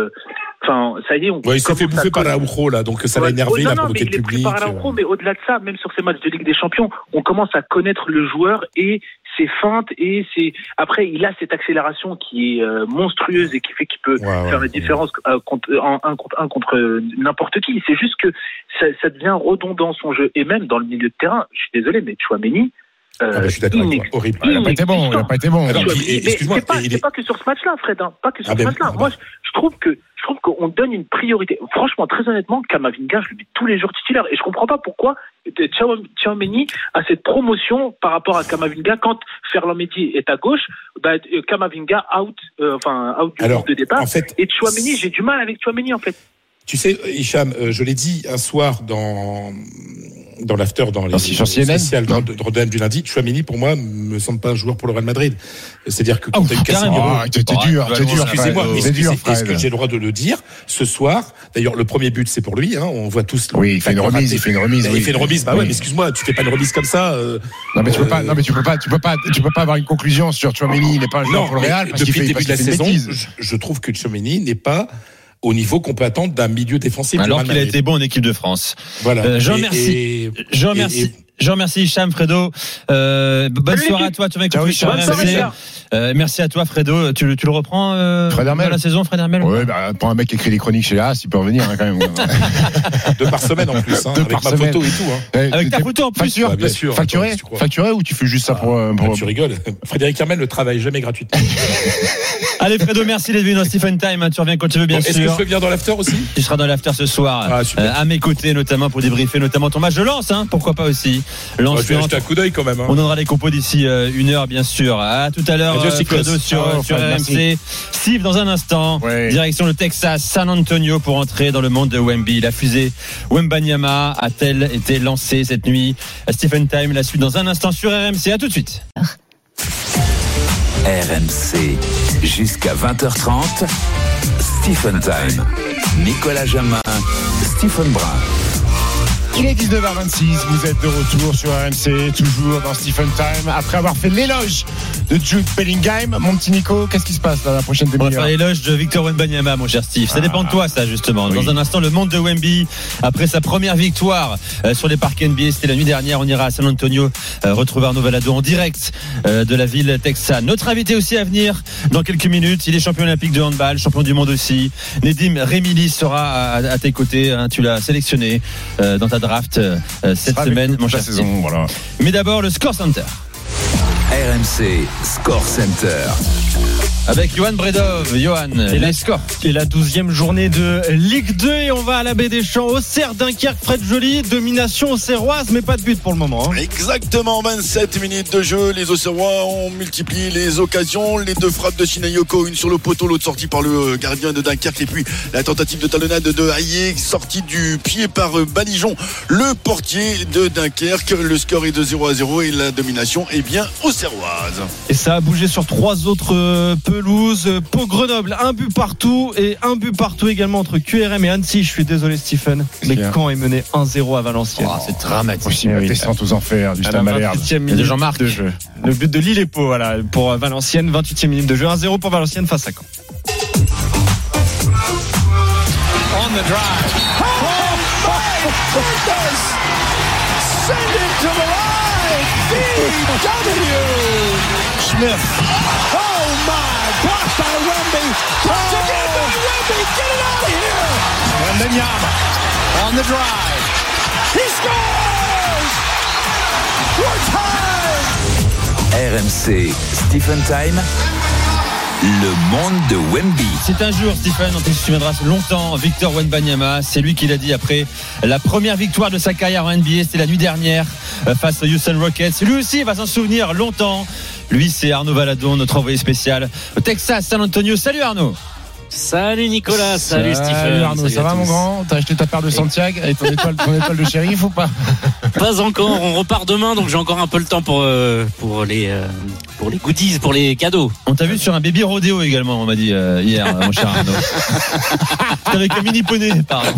Enfin, euh, ça y est, on...
Ouais, il s'est fait bouffer par Araujo, là, donc ça l'a
ouais,
énervé,
oh,
il a
non,
provoqué
mais
le
il est
public.
pris par Araujo, mais au-delà de ça, même sur ces matchs de Ligue des Champions, on commence à connaître le joueur et ses feintes et ses... Après, il a cette accélération qui est euh, monstrueuse et qui fait qu'il peut
ouais,
faire
ouais,
la
ouais.
différence euh, contre, en un contre un contre euh, n'importe qui. C'est juste que ça, ça devient redondant son jeu. Et même dans le milieu de terrain, je suis désolé, mais Tchouaméni, Euh,
ah bah, je suis d'accord avec toi. Horrible.
Ah, il n'a pas été bon. Il n'a pas été bon.
Alors,
mais
puis, et- excuse-moi,
c'est pas,
et il
c'est
est-
pas que sur ce match-là, Fred. Hein, pas que sur
Ah
ce
ben,
match-là.
ah
Moi,
ben.
je, je trouve que je trouve qu'on donne une priorité. Franchement, très honnêtement, Camavinga, je le mets tous les jours titulaire et je comprends pas pourquoi Tchouaméni a cette promotion par rapport à Camavinga quand Ferland Mendy est à gauche, bah, Camavinga out, euh, enfin out du
Alors,
groupe de départ.
en fait,
et Tchouaméni, j'ai du mal avec Tchouaméni en fait.
Tu sais, Hicham, euh, je l'ai dit un soir dans dans l'after, dans les
Dans- sur C N N,
spéciales
non.
de, de Rodin du lundi. Chouameni, pour moi, me semble pas un joueur pour le Real Madrid. C'est-à-dire que quand
Oh,
t'as eu
carrément.
Casemiro,
Ah, t'es t'es
Oh,
dur,
tu vas
t'es
loin,
dur.
excusez-moi,
Fred.
mais
C'est dur,
est-ce que
Fred.
j'ai le droit de le dire ce soir? D'ailleurs, le premier but, c'est pour lui. Hein, on voit tous. le-
Oui, il fait une remise, il fait une remise.
Il
oui.
fait une remise. Bah
Oui.
ouais, mais excuse-moi, tu fais pas une remise comme ça. euh,
Non mais tu peux
euh,
pas, non mais tu peux pas, tu peux pas, tu peux pas avoir une conclusion sur Tchouaméni. Il n'est pas un joueur
Non,
pour le
mais
Real parce qu'il
depuis le
fait,
début
parce
de la
qu'il fait une
saison,
bêtise.
je, je trouve que Chouameni n'est pas au niveau qu'on peut attendre d'un milieu défensif. du
Alors
Real
qu'il a
Madrid.
été bon en équipe de France.
Voilà.
Euh, je
Et-
remercie.
et-
Je remercie.
et- et-
Je remercie Hicham, Fredo. Euh, bonne
Salut,
soirée à
l'équipe.
toi. Tu vas
Ciao,
écouter
Hicham.
sur
Bonne
R M C.
soirée, Hicham.
Euh, merci à toi, Fredo. Tu, le- tu le reprends euh,
Fred Hermel.
dans la saison, Fred Hermel?
Ouais, bah, pour un mec qui écrit des chroniques chez As, il peut revenir hein, quand même.
Deux par semaine en plus, hein,
Deux
avec
par
ma
semaine.
photo et tout. Hein.
Eh,
Avec ta
t'es-
photo en plus.
Facture,
Bah, bien sûr.
facturé,
Attends, si tu crois.
facturé ou tu fais juste ça pour, euh,
Ah,
pour...
tu rigoles. Frédéric Hermel ne travaille jamais gratuitement.
Allez, Fredo, merci d'être venu dans Stephen Time. hein. Tu reviens quand tu veux, bien
Bon, Est-ce que
sûr.
je peux venir dans l'after aussi?
Tu seras dans l'after ce soir,
Ah, super.
euh, à mes côtés, notamment pour débriefer, notamment ton match de Lens, hein, pourquoi pas aussi. Lens,
Oh, je vais
Lens.
jeter un coup d'œil quand même. Hein.
On donnera les compos d'ici euh, une heure, bien sûr. À tout à l'heure,
Adieu,
euh,
Chicos.
Fredo sur,
Oh,
sur
Fred,
R M C. Steve, dans un instant,
Ouais.
direction le Texas, San Antonio pour entrer dans le monde de Wemby. La fusée Wembanyama a-t-elle été lancée cette nuit? Stephen Time, la suite dans un instant sur R M C. À tout de suite.
R M C, jusqu'à vingt heures trente, Stephen Time. Nicolas Jamin, Stephen Brun.
Il est dix-neuf heures vingt-six, vous êtes de retour sur R M C, toujours dans Stephen Time. Après avoir fait l'éloge de Jude Bellingham, mon petit Nico, qu'est-ce qui se passe dans la prochaine
On va faire
demi-heure?
l'éloge de Victor Wembanyama, mon cher Steve. Ça dépend de toi, ça, justement.
Oui.
Dans un instant, le monde de Wemby, après sa première victoire euh, sur les parcs N B A, c'était la nuit dernière. On ira à San Antonio euh, retrouver Arnaud Valado en direct euh, de la ville texane. Notre invité aussi à venir dans quelques minutes. Il est champion olympique de handball, champion du monde aussi. Nedim Remili sera à, à tes côtés. hein. Tu l'as sélectionné euh, dans ta draft euh, cette
Sera avec
semaine,
nous
mon
toute la
cher
saison,
Steve.
voilà.
Mais d'abord, le Score Center.
R M C Score Center.
Avec Johan Bredov. Johan,
Et la-
les scores.
C'est la douzième journée de Ligue deux et on va à la Baie des Champs. Auxerre, Dunkerque, Fred Joly, domination auxerroise, mais pas de but pour le moment. hein.
Exactement, vingt-sept minutes de jeu. Les Auxerrois ont multiplié les occasions. Les deux frappes de Shinayoko, une sur le poteau, l'autre sortie par le gardien de Dunkerque. Et puis la tentative de talonnade de Hayé, sortie du pied par Balijon, le portier de Dunkerque. Le score est de zéro à zéro et la domination est bien auxerroise.
Et ça a bougé sur trois autres euh, pelouses. Pau Grenoble, un but partout et un but partout également entre Q R M et Annecy. Je suis désolé Stephen, mais
Bien.
Caen est mené un zéro à Valenciennes.
Oh, c'est dramatique.
Possible,
Eh oui.
descente aux enfers du
À
Stade
la
Malherbe.
vingt-huitième
Il y a de
minute
Jean-Marc.
de jeu. Le but de Lille et Pau, voilà, pour Valenciennes, vingt-huitième minute de jeu, un zéro pour Valenciennes face à Caen.
On the drive. Oh my goodness! Send it to the line. D W Smith. Oh my! Blocked by Wemby. Blocked again by Wemby. Get it out of here! Wembanyama on the drive. He scores! We're tied.
R M C Stephen Time. Le monde de Wemby.
C'est un jour, Stephen, on se souviendra longtemps, Victor Wembanyama, c'est lui qui l'a dit après la première victoire de sa carrière en N B A, c'était la nuit dernière face aux Houston Rockets. Lui aussi va s'en souvenir longtemps. Lui, c'est Arnaud Valadon, notre envoyé spécial au Texas, San Antonio. Salut Arnaud.
Salut Nicolas, salut, salut Stephen.
Salut Arnaud,
salut
ça va mon grand? T'as acheté ta paire de Santiago et ton étoile, ton étoile de shérif ou pas?
Pas encore, on repart demain, donc j'ai encore un peu le temps pour, euh, pour, les, euh, pour les goodies, pour les cadeaux.
On t'a vu sur un baby rodéo également, on m'a dit euh, hier, mon cher Arnaud. C'était avec un mini poney, pardon.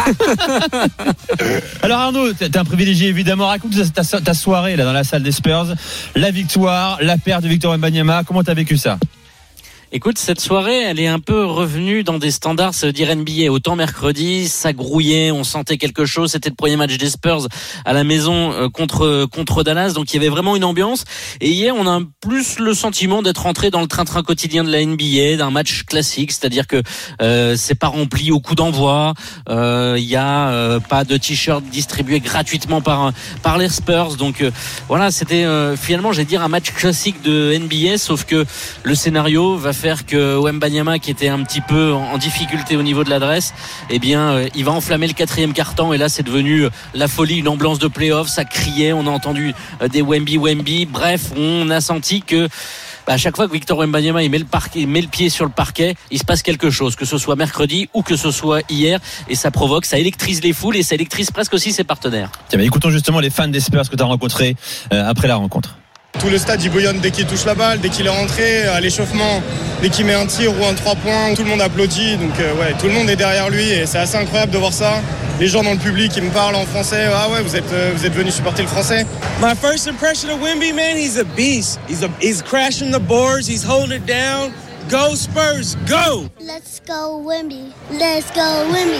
Alors Arnaud, t'es un privilégié évidemment. Raconte ta, ta soirée là dans la salle des Spurs, la victoire, la perte de Victor Wembanyama. Comment t'as vécu ça?
Écoute, cette soirée, elle est un peu revenue dans des standards, ça veut dire N B A. Autant mercredi, ça grouillait, on sentait quelque chose. C'était le premier match des Spurs à la maison contre contre Dallas, donc il y avait vraiment une ambiance. Et hier, on a plus le sentiment d'être rentré dans le train-train quotidien de la N B A, d'un match classique, c'est-à-dire que euh, c'est pas rempli au coup d'envoi. Il euh, y a euh, pas de t-shirts distribués gratuitement par par les Spurs. Donc euh, voilà, c'était euh, finalement, j'allais dire un match classique de N B A, sauf que le scénario va faire que Wembanyama, qui était un petit peu en difficulté au niveau de l'adresse, eh bien euh, il va enflammer le quatrième quart-temps, et là c'est devenu la folie, une ambiance de play-off, ça criait, on a entendu euh, des Wemby Wemby, bref, on a senti que bah, à chaque fois que Victor Wembanyama il met le parquet, il met le pied sur le parquet, il se passe quelque chose, que ce soit mercredi ou que ce soit hier, et ça provoque, ça électrise les foules et ça électrise presque aussi ses partenaires.
Tiens, mais écoutons justement les fans des Spurs que tu as rencontrés euh, après la rencontre.
Tout le stade il bouillonne dès qu'il touche la balle, dès qu'il est rentré, à l'échauffement, dès qu'il met un tir ou un trois points, tout le monde applaudit, donc euh, ouais, tout le monde est derrière lui et c'est assez incroyable de voir ça. Les gens dans le public ils me parlent en français, ah ouais, vous êtes euh, vous êtes venus supporter le français.
My first impression of Wemby, man, he's a beast. He's a, he's crashing the boards, he's holding it down. Go Spurs, go!
Let's go Wemby. Let's go Wemby.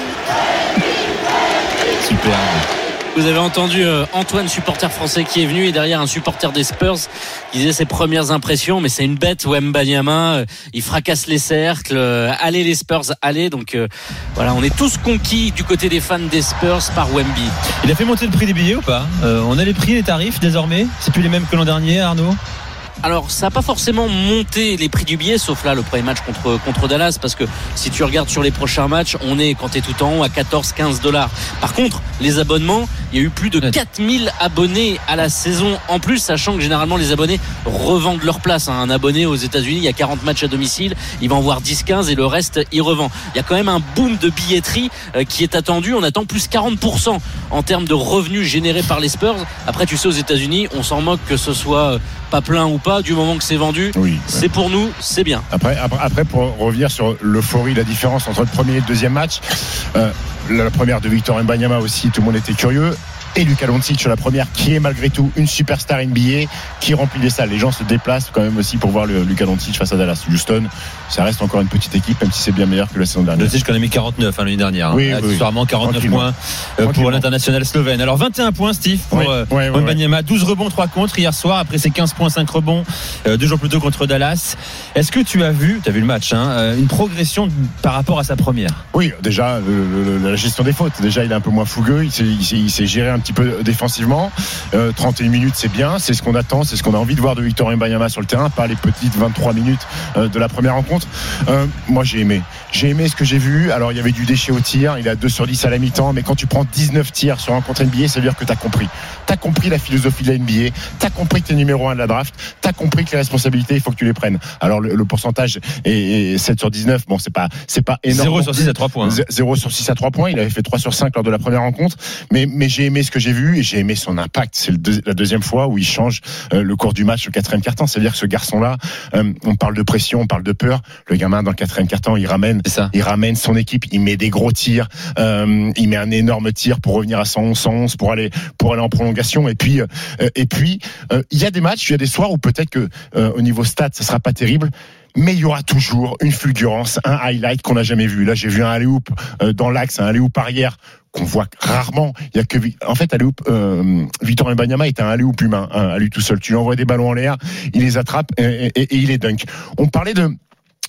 Super.
Vous avez entendu euh, Antoine, supporter français, qui est venu, et derrière un supporter des Spurs qui disait ses premières impressions, mais c'est une bête Wembanyama, euh, il fracasse les cercles, euh, allez les Spurs, allez. Donc euh, voilà, on est tous conquis du côté des fans des Spurs par Wemby.
Il a fait monter le prix des billets ou pas? euh, On a les prix, les tarifs désormais? C'est plus les mêmes que l'an dernier, Arnaud?
Alors ça n'a pas forcément monté les prix du billet, sauf là le premier match contre, contre Dallas, parce que si tu regardes sur les prochains matchs, on est, quand t'es tout en haut, à quatorze quinze dollars. Par contre, les abonnements, il y a eu plus de quatre mille abonnés à la saison en plus, sachant que généralement les abonnés revendent leur place. Un abonné aux États-Unis, il y a quarante matchs à domicile, il va en voir dix quinze et le reste il revend. Il y a quand même un boom de billetterie qui est attendu, on attend plus quarante pour cent en termes de revenus générés par les Spurs. Après, tu sais, aux États-Unis, on s'en moque que ce soit pas plein ou pas, du moment que c'est vendu, oui, c'est ouais. Pour nous, c'est bien.
Après, après, après, pour revenir sur l'euphorie, la différence entre le premier et le deuxième match, euh, la première de Victor Wembanyama aussi, tout le monde était curieux. Et Luka Doncic, la première, qui est malgré tout une superstar N B A, qui remplit les salles. Les gens se déplacent quand même aussi pour voir le Luka Doncic face à Dallas. Houston, ça reste encore une petite équipe, même si c'est bien meilleur que la saison dernière.
Doncic qu'on a mis quarante-neuf hein, l'année dernière.
Oui,
hein.
oui,
Accessoirement quarante-neuf points euh, pour l'international slovène. Alors vingt et un points, Steve, pour oui, euh, oui, oui, Wembanyama. Oui. douze rebonds, trois contres hier soir, après ses quinze points, cinq rebonds, euh, deux jours plus tôt contre Dallas. Est-ce que tu as vu, tu as vu le match, hein, euh, une progression par rapport à sa première? Oui,
déjà, le, le, la gestion des fautes. Déjà, il est un peu moins fougueux, il s'est, il s'est, il s'est géré un petit peu défensivement. Euh, trente et une minutes, c'est bien, c'est ce qu'on attend, c'est ce qu'on a envie de voir de Victor Wembanyama sur le terrain, pas les petites vingt-trois minutes euh, de la première rencontre. Euh, moi, j'ai aimé. J'ai aimé ce que j'ai vu. Alors, il y avait du déchet au tir, il a deux sur dix à la mi-temps, mais quand tu prends dix-neuf tirs sur un contre N B A, ça veut dire que tu as compris. Tu as compris la philosophie de la N B A, tu as compris que tu es numéro un de la draft, tu as compris que les responsabilités, il faut que tu les prennes. Alors, le, le pourcentage est, est sept sur dix-neuf, bon, c'est pas, c'est pas énorme.
zéro sur six à trois points.
zéro sur six à trois points, il avait fait trois sur cinq lors de la première rencontre, mais, mais j'ai aimé ce que j'ai vu et j'ai aimé son impact. C'est le deux, la deuxième fois où il change euh, le cours du match au quatrième quart-temps. C'est-à-dire que ce garçon-là, euh, on parle de pression, on parle de peur. Le gamin, dans le quatrième quart-temps, il ramène, il ramène son équipe, il met des gros tirs, euh, il met un énorme tir pour revenir à cent onze cent onze pour aller, pour aller en prolongation. Et puis, euh, et puis, euh, il y a des matchs, il y a des soirs où peut-être que, euh, au niveau stats, ça sera pas terrible. Mais il y aura toujours une fulgurance, un highlight qu'on n'a jamais vu. Là, j'ai vu un alley-oop euh, dans l'axe, un alley-oop arrière qu'on voit rarement. Il y a que, en fait, alley-oop, euh, Victor Wembanyama est un alley-oop humain, hein, à lui tout seul. Tu lui envoies des ballons en l'air, il les attrape et, et, et il les dunk. On parlait de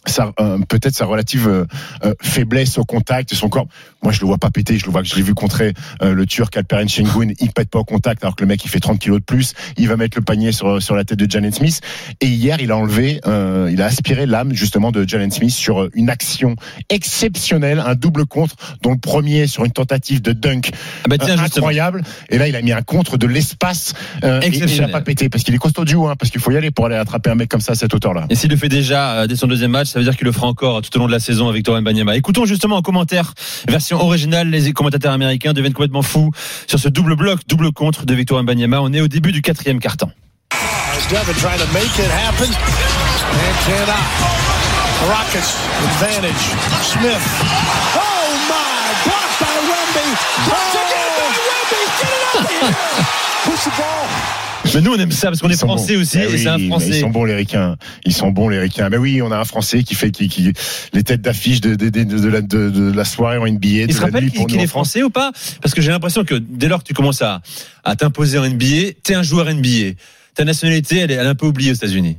sa, euh, peut-être sa relative euh, euh, faiblesse au contact, son corps. Moi, je le vois pas péter. Je le vois que je l'ai vu contrer euh, le Turc Alperen Şengün. Il pète pas au contact, alors que le mec il fait trente kilos de plus. Il va mettre le panier sur sur la tête de Jalen Smith. Et hier, il a enlevé, euh, il a aspiré l'âme justement de Jalen Smith sur une action exceptionnelle, un double contre, dont le premier sur une tentative de dunk
ah bah tiens,
euh, incroyable. Et là, il a mis un contre de l'espace. Euh, et il n'a pas pété parce qu'il est costaud du haut, hein, parce qu'il faut y aller pour aller attraper un mec comme ça à cette hauteur-là.
Et s'il le fait déjà euh, dès son deuxième match, ça veut dire qu'il le fera encore tout au long de la saison avec Victor Wembanyama. Écoutons justement en commentaire, version originale, les commentateurs américains deviennent complètement fous sur ce double bloc, double contre de Victor Wembanyama. On est au début du quatrième quart-temps.
Devin trying to make it happen and cannot. Rockets advantage. Smith. Oh my! Blocked by Wemby. Blocked again by Wemby. Get it out of here. Push the ball.
Mais nous on aime ça parce qu'on
Ils
est français
bons.
aussi
bah
et
oui,
c'est un français.
Ils sont bons les ricains. Ils sont bons les ricains. Mais oui, on a un français qui fait qui, qui les têtes d'affiche de, de, de, de, la, de, de la soirée en N B A.
Il se rappelle qu'il, qu'il est français ou pas? Parce que j'ai l'impression que dès lors que tu commences à, à t'imposer en N B A, t'es un joueur N B A. Ta nationalité, elle est, elle est un peu oubliée aux États-Unis.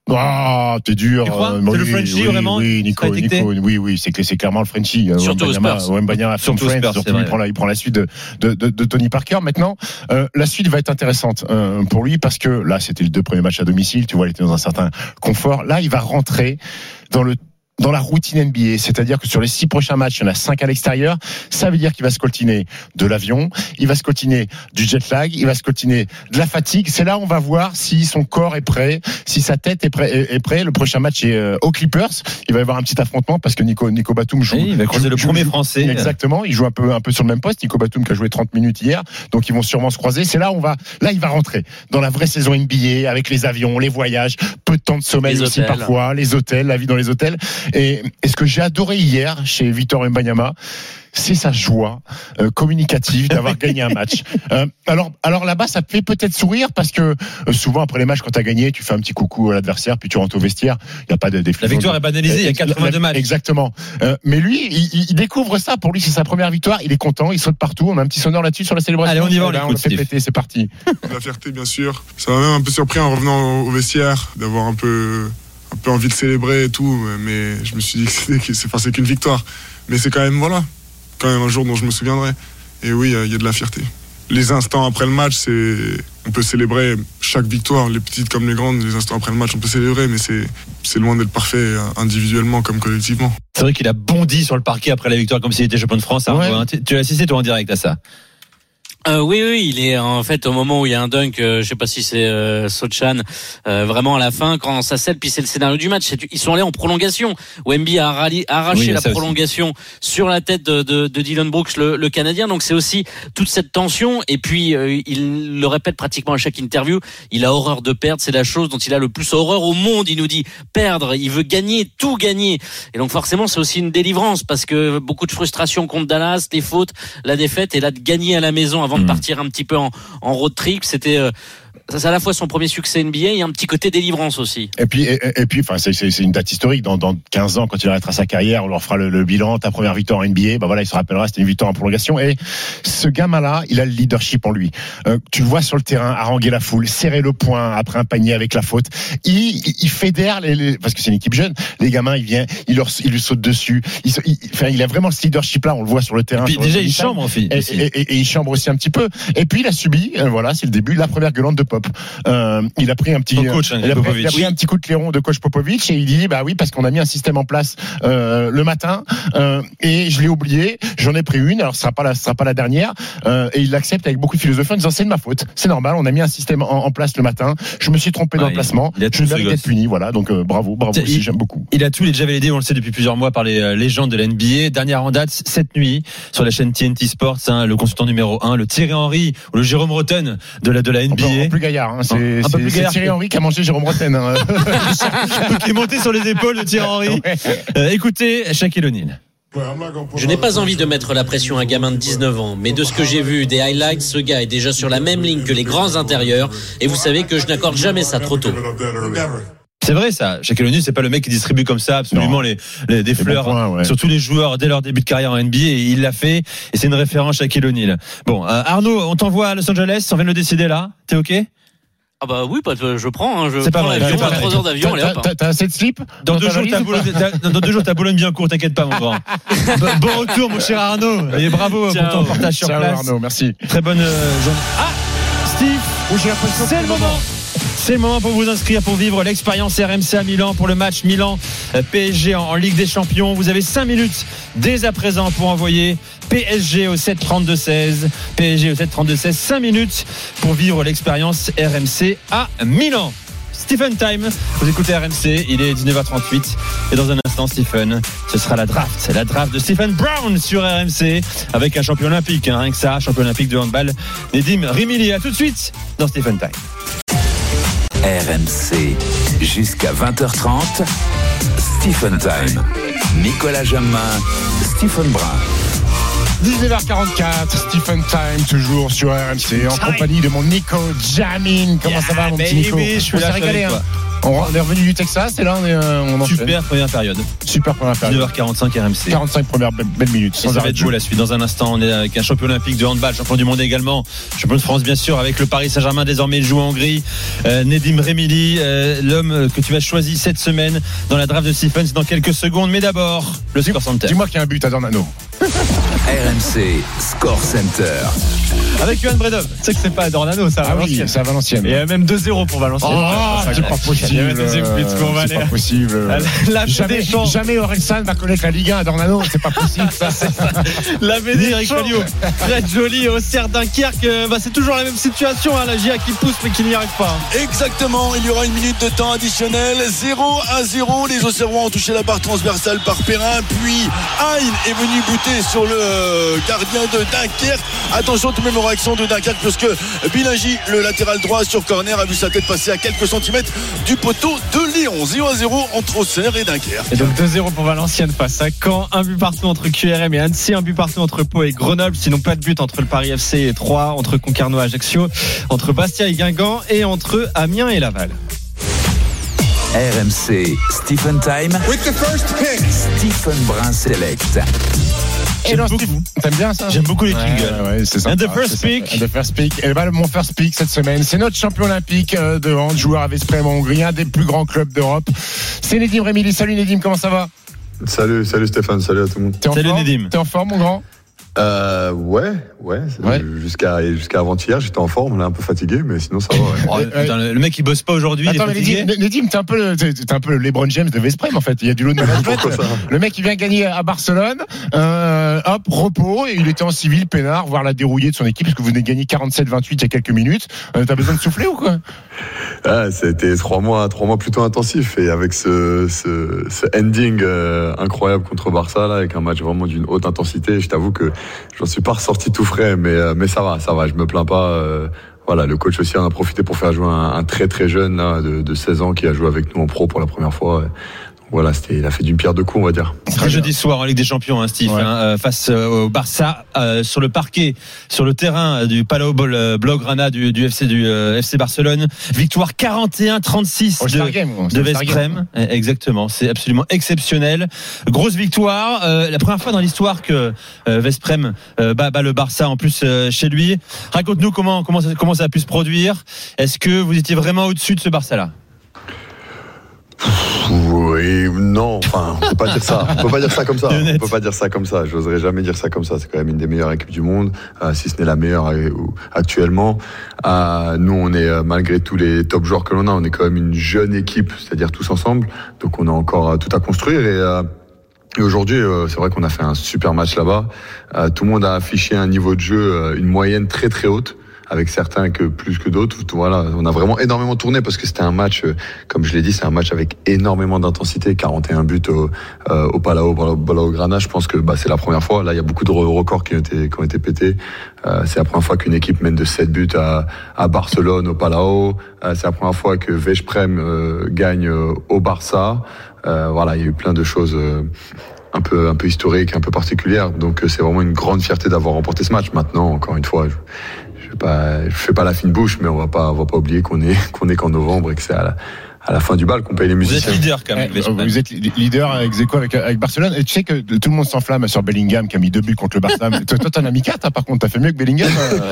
Ah, t'es dur.
Tu crois?
Euh,
c'est
oui,
le Frenchie
oui,
vraiment?
Oui, Nico, Nico, oui, oui, c'est que c'est clairement le Frenchie.
Surtout aux Spurs.
Wembanyama,
surtout, Spurs,
surtout il prend la, il prend la suite de, de, de, de Tony Parker. Maintenant, euh, la suite va être intéressante euh, pour lui parce que là, c'était les deux premiers matchs à domicile. Tu vois, il était dans un certain confort. Là, il va rentrer dans le dans la routine N B A, c'est-à-dire que sur les six prochains matchs, il y en a cinq à l'extérieur. Ça veut dire qu'il va se coltiner de l'avion, il va se coltiner du jet lag, il va se coltiner de la fatigue. C'est là où on va voir si son corps est prêt, si sa tête est prêt. Est prêt. Le prochain match est euh, aux Clippers. Il va y avoir un petit affrontement parce que Nico, Nico Batum joue.
Oui, il va croiser le
joue,
premier
joue,
français.
Exactement. Il joue un peu, un peu sur le même poste. Nico Batum qui a joué trente minutes hier, donc ils vont sûrement se croiser. C'est là où on va, là il va rentrer dans la vraie saison N B A avec les avions, les voyages, peu de temps de sommeil
les
aussi
hôtels.
parfois, les hôtels, la vie dans les hôtels. Et est-ce que j'ai adoré hier chez Victor Wembanyama, c'est sa joie euh, communicative d'avoir gagné un match. Euh, alors, alors là-bas, ça te fait peut-être sourire parce que euh, souvent après les matchs, quand t'as gagné, tu fais un petit coucou à l'adversaire, puis tu rentres au vestiaire. Il y a pas de défilé.
La victoire est banalisée. Il y a quatre-vingt-deux matchs.
Exactement. Euh, mais lui, il, il découvre ça. Pour lui, c'est sa première victoire. Il est content. Il saute partout. On a un petit sonore là-dessus sur la célébration.
Allez, on y va. On,
là, on le fait péter. C'est parti.
La fierté, bien sûr. Ça m'a même un peu surpris en revenant au vestiaire d'avoir un peu. un peu envie de célébrer et tout, mais je me suis dit que c'était, que c'est, enfin, c'est qu'une victoire. Mais c'est quand même, voilà, quand même un jour dont je me souviendrai. Et oui, il y a de la fierté. Les instants après le match, c'est, on peut célébrer chaque victoire, les petites comme les grandes, les instants après le match, on peut célébrer, mais c'est, c'est loin d'être parfait individuellement comme collectivement.
C'est vrai qu'il a bondi sur le parquet après la victoire comme s'il était champion de France. Ouais. Hein, tu as assisté toi en direct à ça?
Euh, oui, oui, il est en fait au moment où il y a un dunk, euh, je sais pas si c'est euh, Sochan, euh, vraiment à la fin quand ça scelle, puis c'est le scénario du match. C'est, ils sont allés en prolongation. Wemby a ralli, arraché oui, la prolongation aussi sur la tête de, de, de Dillon Brooks, le, le Canadien. Donc c'est aussi toute cette tension. Et puis euh, il le répète pratiquement à chaque interview. Il a horreur de perdre. C'est la chose dont il a le plus horreur au monde. Il nous dit perdre. Il veut gagner, tout gagner. Et donc forcément c'est aussi une délivrance parce que beaucoup de frustration contre Dallas, les fautes, la défaite, et là de gagner à la maison avant de partir un petit peu en, en road trip, c'était euh, c'est à la fois son premier succès N B A et un petit côté délivrance aussi.
Et puis, et, et puis, enfin, c'est, c'est, c'est une date historique. Dans, dans quinze ans, quand il arrêtera sa carrière, on leur fera le, le bilan. Ta première victoire en N B A, bah voilà, il se rappellera, c'était une victoire en prolongation. Et ce gamin-là, il a le leadership en lui. Euh, tu le vois sur le terrain, haranguer la foule, serrer le poing après un panier avec la faute. Il, il, il fédère les, les, parce que c'est une équipe jeune. Les gamins, il vient, il leur, il lui saute dessus. Il, il, enfin, il a vraiment ce leadership-là. On le voit sur le terrain.
Et puis déjà, il chambre aussi.
Et, et, et, et il chambre aussi un petit peu. Et puis, il a subi, euh, voilà, c'est le début, la première gueulante de Pop. Euh, il a pris un petit,
coach, hein,
il, a pris, il a pris un petit coup de clairon de coach Popovic et il dit bah oui parce qu'on a mis un système en place euh, le matin euh, et je l'ai oublié, j'en ai pris une, alors ce sera pas la, ce sera pas la dernière euh, et il l'accepte avec beaucoup de philosophie en disant c'est de ma faute, c'est normal, on a mis un système en, en place le matin, je me suis trompé ah, dans le placement, je mérite d'être puni, voilà donc euh, bravo, bravo
il,
aussi, j'aime beaucoup.
Il a tout, il est déjà validé, on le sait depuis plusieurs mois par les euh, légendes de la N B A. Dernière en date cette nuit sur la chaîne T N T Sports, hein, le consultant numéro un, le Thierry Henry ou le Jérôme Roten de la de la N B A.
Un peu plus gaillard, hein, c'est,
un
c'est,
peu plus
c'est
gaillard.
Thierry Henry qui a mangé Jérôme Roten. Hein.
Qui est monté sur les épaules de Thierry Henry. Ouais. Euh, écoutez, Shaquille O'Neal.
Je n'ai pas envie de mettre la pression à un gamin de dix-neuf ans, mais de ce que j'ai vu des highlights, ce gars est déjà sur la même ligne que les grands intérieurs, et vous savez que je n'accorde jamais ça trop tôt.
C'est vrai ça, Shaquille O'Neal c'est pas le mec qui distribue comme ça absolument les, les des fleurs bon point, ouais. sur tous les joueurs dès leur début de carrière en N B A, et il l'a fait et c'est une référence Shaquille O'Neal. Bon, euh, Arnaud, on t'envoie à Los Angeles, on vient de le décider là, t'es ok?
Ah bah oui, pas de- je prends. Hein, je
C'est pas
prends
vrai,
l'avion
c'est pas
à
vrai.
trois heures d'avion. Allez, hop, hein.
T'as t'as assez de slip
Dans deux,
ta
jours,
valise
t'as
ou pas
Boulogne, t'as- dans deux jours, t'as Boulogne-Billancourt, t'inquiète pas, mon grand. Bon bon retour, mon cher Arnaud. Et bravo
Ciao.
pour ton partage sur
Ciao,
place.
Arnaud, merci.
Très bonne euh, journée. Ah, Steve,
Oh, j'ai l'impression
c'est
que
le moment. C'est le moment pour vous inscrire pour vivre l'expérience R M C à Milan pour le match Milan-P S G en, en Ligue des Champions. Vous avez cinq minutes dès à présent pour envoyer P S G au sept trente-deux seize. P S G au sept trente-deux seize. cinq minutes pour vivre l'expérience R M C à Milan. Stephen Time, vous écoutez R M C, il est dix-neuf heures trente-huit et dans un instant Stephen, ce sera la draft, c'est la draft de Stephen Brown sur R M C avec un champion olympique, hein, rien que ça, champion olympique de handball, Nedim Rimili. À tout de suite dans Stephen Time.
R M C, jusqu'à vingt heures trente, Stephen Time. Nicolas Jamin, Stephen Brun.
dix-neuf heures quarante-quatre, Stephen Time, toujours sur R M C, en compagnie de mon Nico Jamin. Comment
Yeah,
ça va, mon petit
baby,
Nico?
je suis
On
là,
s'est
je suis
régalé,
avec
hein. On on est revenu du Texas et là, on, est, euh, on enchaîne.
Super première période.
Super première période.
dix-neuf heures quarante-cinq R M C.
quarante-cinq premières belles, belles minutes.
Et
Sans
ça va
arrêt
être
de jeu.
beau la suite. Dans un instant, on est avec un champion olympique de handball, champion du monde également, champion de France bien sûr, avec le Paris Saint-Germain désormais il joue en Hongrie. Euh, Nedim Remili, euh, l'homme que tu as choisi cette semaine dans la draft de Stephen, c'est dans quelques secondes. Mais d'abord, le Score Center.
Dis-moi qu'il y a un but à Dornano.
R M C Score Center.
Avec Johan Bredov. Tu sais que c'est pas à Dornano, ça
Ah
va.
oui, c'est à Valenciennes.
Et il y a même deux zéro pour Valenciennes.
Oh, c'est pas possible.
Il y a même deuxième but, ce qu'on va
C'est
aller.
pas possible.
La
Jamais, jamais Orelsan va connaître la Ligue un à Dornano, c'est pas possible ça.
La B D Eric Folio, Red Jolie, Auxerre, Dunkerque, euh, bah, c'est toujours la même situation, hein, la J A qui pousse mais qui n'y arrive pas.
Exactement, il y aura une minute de temps additionnel, zéro à zéro. Les Auxerrois ont touché la barre transversale par Perrin, puis Hein est venu buter sur le gardien de Dunkerque. Attention tout de même aux réactions de Dunkerque, parce que Bilingi, le latéral droit sur corner, a vu sa tête passer à quelques centimètres du poteau de Lyon. zéro à zéro entre Auxerre et Dunkerque.
Et donc deux zéro pour Valenciennes face à Caen, un but partout entre Q R M et Annecy, un but partout entre Pau et Grenoble, sinon pas de but entre le Paris F C et Troyes, entre Concarneau et Ajaccio, entre Bastia et Guingamp et entre Amiens et Laval.
R M C Stephen Time.
With the first pick.
Stephen Brun Select.
Et dans Steve, t'aimes bien ça?
J'aime beaucoup les
Ouais,
jingles.
ouais, ouais, c'est sympa,
And the first
c'est
pick.
sympa. And the first pick. Et ben, mon first pick cette semaine, c'est notre champion olympique euh, de hand, joueur à Vesprem en Hongrie, un des plus grands clubs d'Europe. C'est Nedim Remili. Salut Nedim, comment ça va?
Salut, salut Stéphane, salut à tout le monde.
T'es en
Salut
forme
Nedim.
T'es en forme, mon grand?
Euh, ouais, ouais,
Ouais.
jusqu'à jusqu'à avant-hier, j'étais en forme, là un peu fatigué, mais sinon ça va. Ouais.
Oh,
Ouais,
putain, le, le mec il bosse pas aujourd'hui, il est
Attends, mais
fatigué.
Nedim, Nedim, t'es un peu le, t'es, t'es un peu le LeBron James de Vesprem en fait. Il y a du lot de management.
Pourquoi ça?
Le mec, il vient gagner à Barcelone, euh, hop, repos, et il était en civil, peinard, voir la dérouillée de son équipe, parce que vous venez de gagner quarante-sept vingt-huit il y a quelques minutes. Euh, t'as besoin de souffler ou quoi?
Ah, c'était trois mois, trois mois plutôt intensifs, et avec ce, ce, ce ending euh, incroyable contre Barça, là, avec un match vraiment d'une haute intensité, je t'avoue que j'en suis pas ressorti tout frais, mais, euh, mais ça va, ça va, je me plains pas. Euh, voilà, le coach aussi en a profité pour faire jouer un, un très très jeune là, de, de seize ans qui a joué avec nous en pro pour la première fois. Voilà, c'était, il a fait d'une pierre deux coups, on va dire.
Très jeudi soir en Ligue des Champions, hein, Steve,
Ouais.
hein, euh, face euh, au Barça, euh, sur le parquet, sur le terrain euh, du Palau Bol- euh, Blaugrana du, du F C du euh, F C Barcelone. Victoire quarante et un trente-six
Au
de,
Star Game, c'est
de
au Star
Vesprem.
Game.
Eh, Exactement, c'est absolument exceptionnel. Grosse victoire, euh, la première fois dans l'histoire que euh, Vesprem euh, bat, bat le Barça en plus euh, chez lui. Raconte-nous comment comment ça, comment ça a pu se produire. Est-ce que vous étiez vraiment au-dessus de ce Barça-là?
Oui, non, enfin, on peut pas dire ça. On peut pas dire ça comme ça.
C'est
On
honnête.
peut pas dire ça comme ça. J'oserais jamais dire ça comme ça. C'est quand même une des meilleures équipes du monde, euh, si ce n'est la meilleure euh, actuellement. Euh, nous, on est euh, malgré tous les top joueurs que l'on a, on est quand même une jeune équipe, c'est-à-dire tous ensemble. Donc, on a encore euh, tout à construire et. Euh, Et aujourd'hui, euh, c'est vrai qu'on a fait un super match là-bas. Euh, tout le monde a affiché un niveau de jeu, euh, une moyenne très très haute, avec certains que plus que d'autres. Voilà, on a vraiment énormément tourné parce que c'était un match, euh, comme je l'ai dit, c'est un match avec énormément d'intensité. quarante et un buts au, euh, au Palau Blaugrana. Je pense que bah, c'est la première fois. Là, il y a beaucoup de records qui ont été qui ont été pétés. Euh, c'est la première fois qu'une équipe mène de sept buts à, à Barcelone, au Palau. Euh, c'est la première fois que Vesprem euh, gagne euh, au Barça. Euh, voilà, il y a eu plein de choses euh, un peu un peu historiques, un peu particulières. Donc euh, c'est vraiment une grande fierté d'avoir remporté ce match. Maintenant, encore une fois, je, je, vais pas, je fais pas la fine bouche, mais on va pas on va pas oublier qu'on est qu'on est qu'en novembre et que c'est à la, à la fin du bal qu'on paye les musiciens.
Vous êtes leader quand même.
Eh, vous êtes leader ex aequo avec, avec Barcelone. Et tu sais que tout le monde s'enflamme sur Bellingham qui a mis deux buts contre le Barça. toi, toi, t'en as mis quatre, hein, par contre, t'as fait mieux que Bellingham.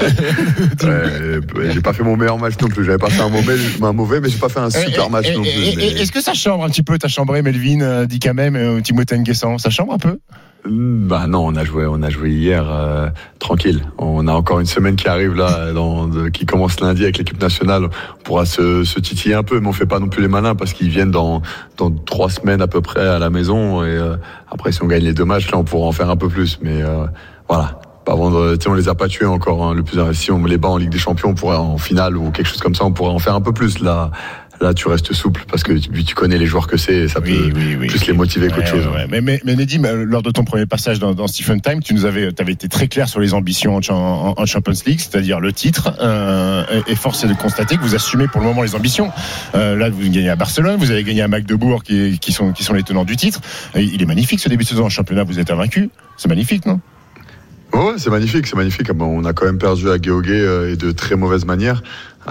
ouais, j'ai pas fait mon meilleur match non plus. J'avais pas fait un mauvais, un mauvais mais j'ai pas fait un super
et,
match
et,
non plus.
Et,
mais...
Est-ce que ça chambre un petit peu? T'as chambré Melvin, Dikamem, euh, Timothée Nguessan. Ça chambre un peu?
Bah non, on a joué, on a joué hier euh, tranquille. On a encore une semaine qui arrive là, dans, de, qui commence lundi avec l'équipe nationale. On pourra se, se titiller un peu, mais on fait pas non plus les malins parce qu'ils viennent dans dans trois semaines à peu près à la maison. Et euh, après, si on gagne les deux matchs, là, on pourra en faire un peu plus. Mais euh, voilà. Pas vendre, tu sais, on les a pas tués encore. Hein, le plus, si on les bat en Ligue des Champions, on pourrait en finale ou quelque chose comme ça, on pourrait en faire un peu plus là. Là, tu restes souple parce que tu, tu connais les joueurs que c'est, et ça peut
oui, oui, oui,
plus
oui.
les motiver qu'autre
ouais,
chose.
Ouais. Mais, mais, mais Nedim, lors de ton premier passage dans, dans Stephen Time, tu nous avais, t'avais été très clair sur les ambitions en, en, en Champions League, c'est-à-dire le titre. Euh, et, et force est de constater que vous assumez pour le moment les ambitions. Euh, là, vous gagnez à Barcelone, vous avez gagné à Magdebourg, qui, qui sont qui sont les tenants du titre. Et il est magnifique ce début de saison en championnat. Vous êtes invaincu. C'est magnifique, non?
Ouais, c'est magnifique, c'est magnifique. Bon, on a quand même perdu à Guéogué euh, et de très mauvaise manière.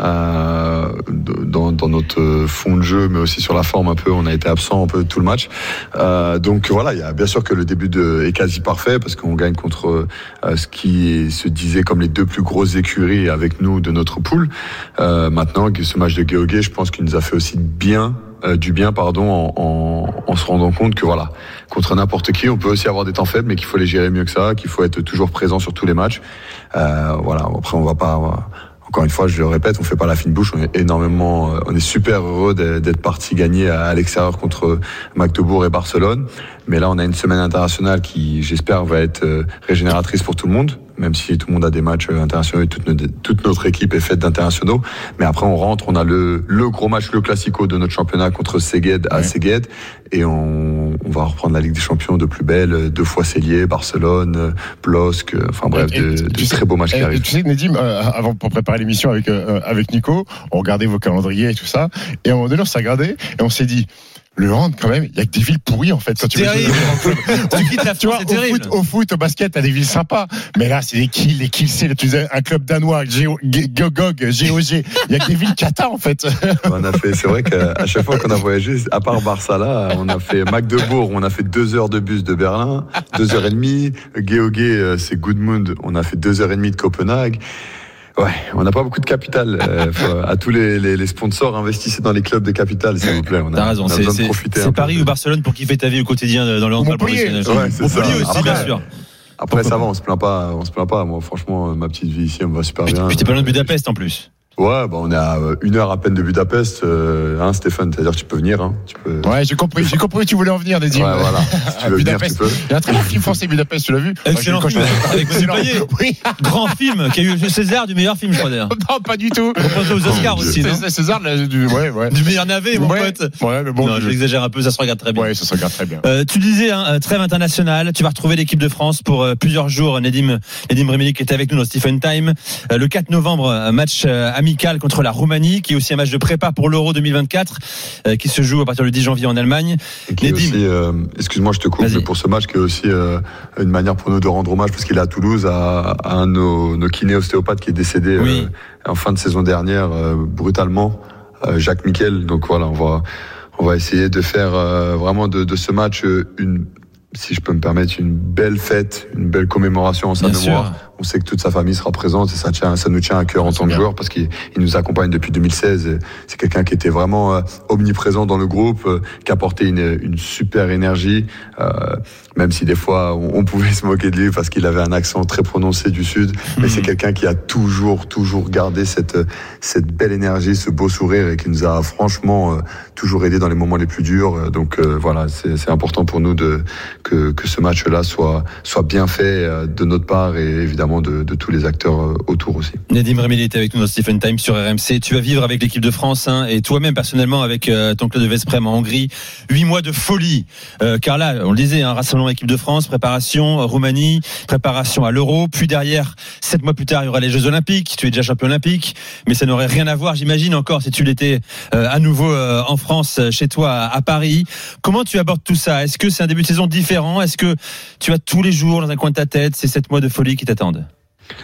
Euh, dans, dans notre fond de jeu, mais aussi sur la forme un peu, on a été absent un peu tout le match. Euh, donc voilà, il y a bien sûr que le début de, est quasi parfait parce qu'on gagne contre euh, ce qui se disait comme les deux plus grosses écuries avec nous de notre poule. Euh, maintenant, ce match de Guéogué, je pense qu'il nous a fait aussi bien. Euh, du bien pardon en, en, en se rendant compte que voilà, contre n'importe qui on peut aussi avoir des temps faibles mais qu'il faut les gérer mieux que ça, qu'il faut être toujours présent sur tous les matchs. Euh, voilà, après on va pas encore une fois je le répète, on fait pas la fine bouche, on est énormément on est super heureux d'être parti gagner à l'extérieur contre Magdebourg et Barcelone, mais là on a une semaine internationale qui j'espère va être régénératrice pour tout le monde, même si tout le monde a des matchs internationaux et toute notre, toute notre équipe est faite d'internationaux. Mais après, on rentre, on a le, le gros match, le classico de notre championnat contre Szeged à ouais. Szeged. Et on, on va reprendre la Ligue des Champions de plus belle, deux fois Cellier, Barcelone, Plosk, enfin bref, et, de, et, de très beaux matchs et, qui arrivent.
Tu sais, Nedim, euh, avant, pour préparer l'émission avec, euh, avec Nico, on regardait vos calendriers et tout ça. Et à un moment donné, on s'est regardé et on s'est dit, le hand, quand même, il y a que des villes pourries, en fait. Quand tu
terrible.
Veux tu quittes la tu vois, au foot, au foot, au basket, t'as des villes sympas. Mais là, c'est des kills, les kills, c'est, tu disais, un club danois, G O G, G O G. Il y a que des villes cata, en fait.
On a fait, c'est vrai qu'à chaque fois qu'on a voyagé, à part Barça, là, on a fait Magdebourg, on a fait deux heures de bus de Berlin, deux heures et demie. Guéogué, c'est Goodmund, on a fait deux heures et demie de Copenhague. Ouais, on n'a pas beaucoup de capital. Euh, faut, à tous les, les, les sponsors, investissez dans les clubs de capital, s'il vous plaît. On a,
T'as raison,
on a
c'est,
besoin
c'est,
de profiter.
C'est Paris ou Barcelone pour kiffer ta vie au quotidien dans le handball professionnel.
Ouais, c'est
Montpellier
ça.
aussi,
Après,
bien sûr.
Après, ça va, on se plaint pas, on se plaint pas. Moi, franchement, ma petite vie ici, elle me va super
puis,
bien.
Puis t'es pas loin de Budapest en plus.
Ouais, bah on est à une heure à peine de Budapest, euh, hein, Stéphane. C'est-à-dire que tu peux venir, hein. Tu peux...
Ouais, j'ai compris, j'ai compris où tu voulais en venir, Nedim.
Ouais, voilà. Si tu veux venir, tu peux.
Il y a un très bon film français, Budapest, tu l'as vu?
Excellent film. Avec Monsieur Payet. Oui. Grand film, qui a eu le César du meilleur film, je crois d'ailleurs.
Non, pas du tout.
Représenté aux Oscars oh, aussi, non?
C'est César, du, ouais, ouais.
Du meilleur navet, mon
ouais.
pote.
Ouais, mais bon.
Non, je l'exagère un peu, ça se regarde très bien.
Ouais, ça se regarde très bien.
Euh, tu disais, hein, trêve internationale, tu vas retrouver l'équipe de France pour euh, plusieurs jours. Nedim, Nedim Remili qui était avec nous dans Stephen Time. Euh, le quatre novembre, match euh, amical contre la Roumanie, qui est aussi un match de prépa pour l'Euro deux mille vingt-quatre, euh, qui se joue à partir du dix janvier en Allemagne.
Nedim, aussi, euh, excuse-moi, je te coupe, mais pour ce match qui est aussi euh, une manière pour nous de rendre hommage, parce qu'il est à Toulouse, à, à un de nos, nos kinés ostéopathes qui est décédé oui. euh, en fin de saison dernière, euh, brutalement, euh, Jacques Miquel. Donc voilà, on va, on va essayer de faire euh, vraiment de, de ce match une, si je peux me permettre, une belle fête, une belle commémoration en sa
Bien
mémoire.
Sûr.
On sait que toute sa famille sera présente et ça, tient, ça nous tient à cœur en tant que joueur parce qu'il il nous accompagne depuis deux mille seize. Et c'est quelqu'un qui était vraiment euh, omniprésent dans le groupe, euh, qui apportait une, une super énergie, euh, même si des fois on, on pouvait se moquer de lui parce qu'il avait un accent très prononcé du Sud. Mmh. Mais c'est quelqu'un qui a toujours, toujours gardé cette, cette belle énergie, ce beau sourire et qui nous a franchement euh, toujours aidé dans les moments les plus durs. Donc euh, voilà, c'est, c'est important pour nous de, que, que ce match-là soit, soit bien fait euh, de notre part et évidemment De, de tous les acteurs autour aussi.
Nedim Remili était avec nous dans Stephen Time sur R M C. Tu vas vivre avec l'équipe de France hein, et toi-même personnellement avec euh, ton club de Veszprém en Hongrie. Huit mois de folie. Euh, car là, on le disait, hein, rassemblement équipe de France, préparation Roumanie, préparation à l'Euro. Puis derrière, sept mois plus tard, il y aura les Jeux Olympiques. Tu es déjà champion olympique, mais ça n'aurait rien à voir, j'imagine encore, si tu l'étais euh, à nouveau euh, en France, chez toi à, à Paris. Comment tu abordes tout ça? Est-ce que c'est un début de saison différent? Est-ce que tu as tous les jours dans un coin de ta tête ces sept mois de folie qui t'attendent?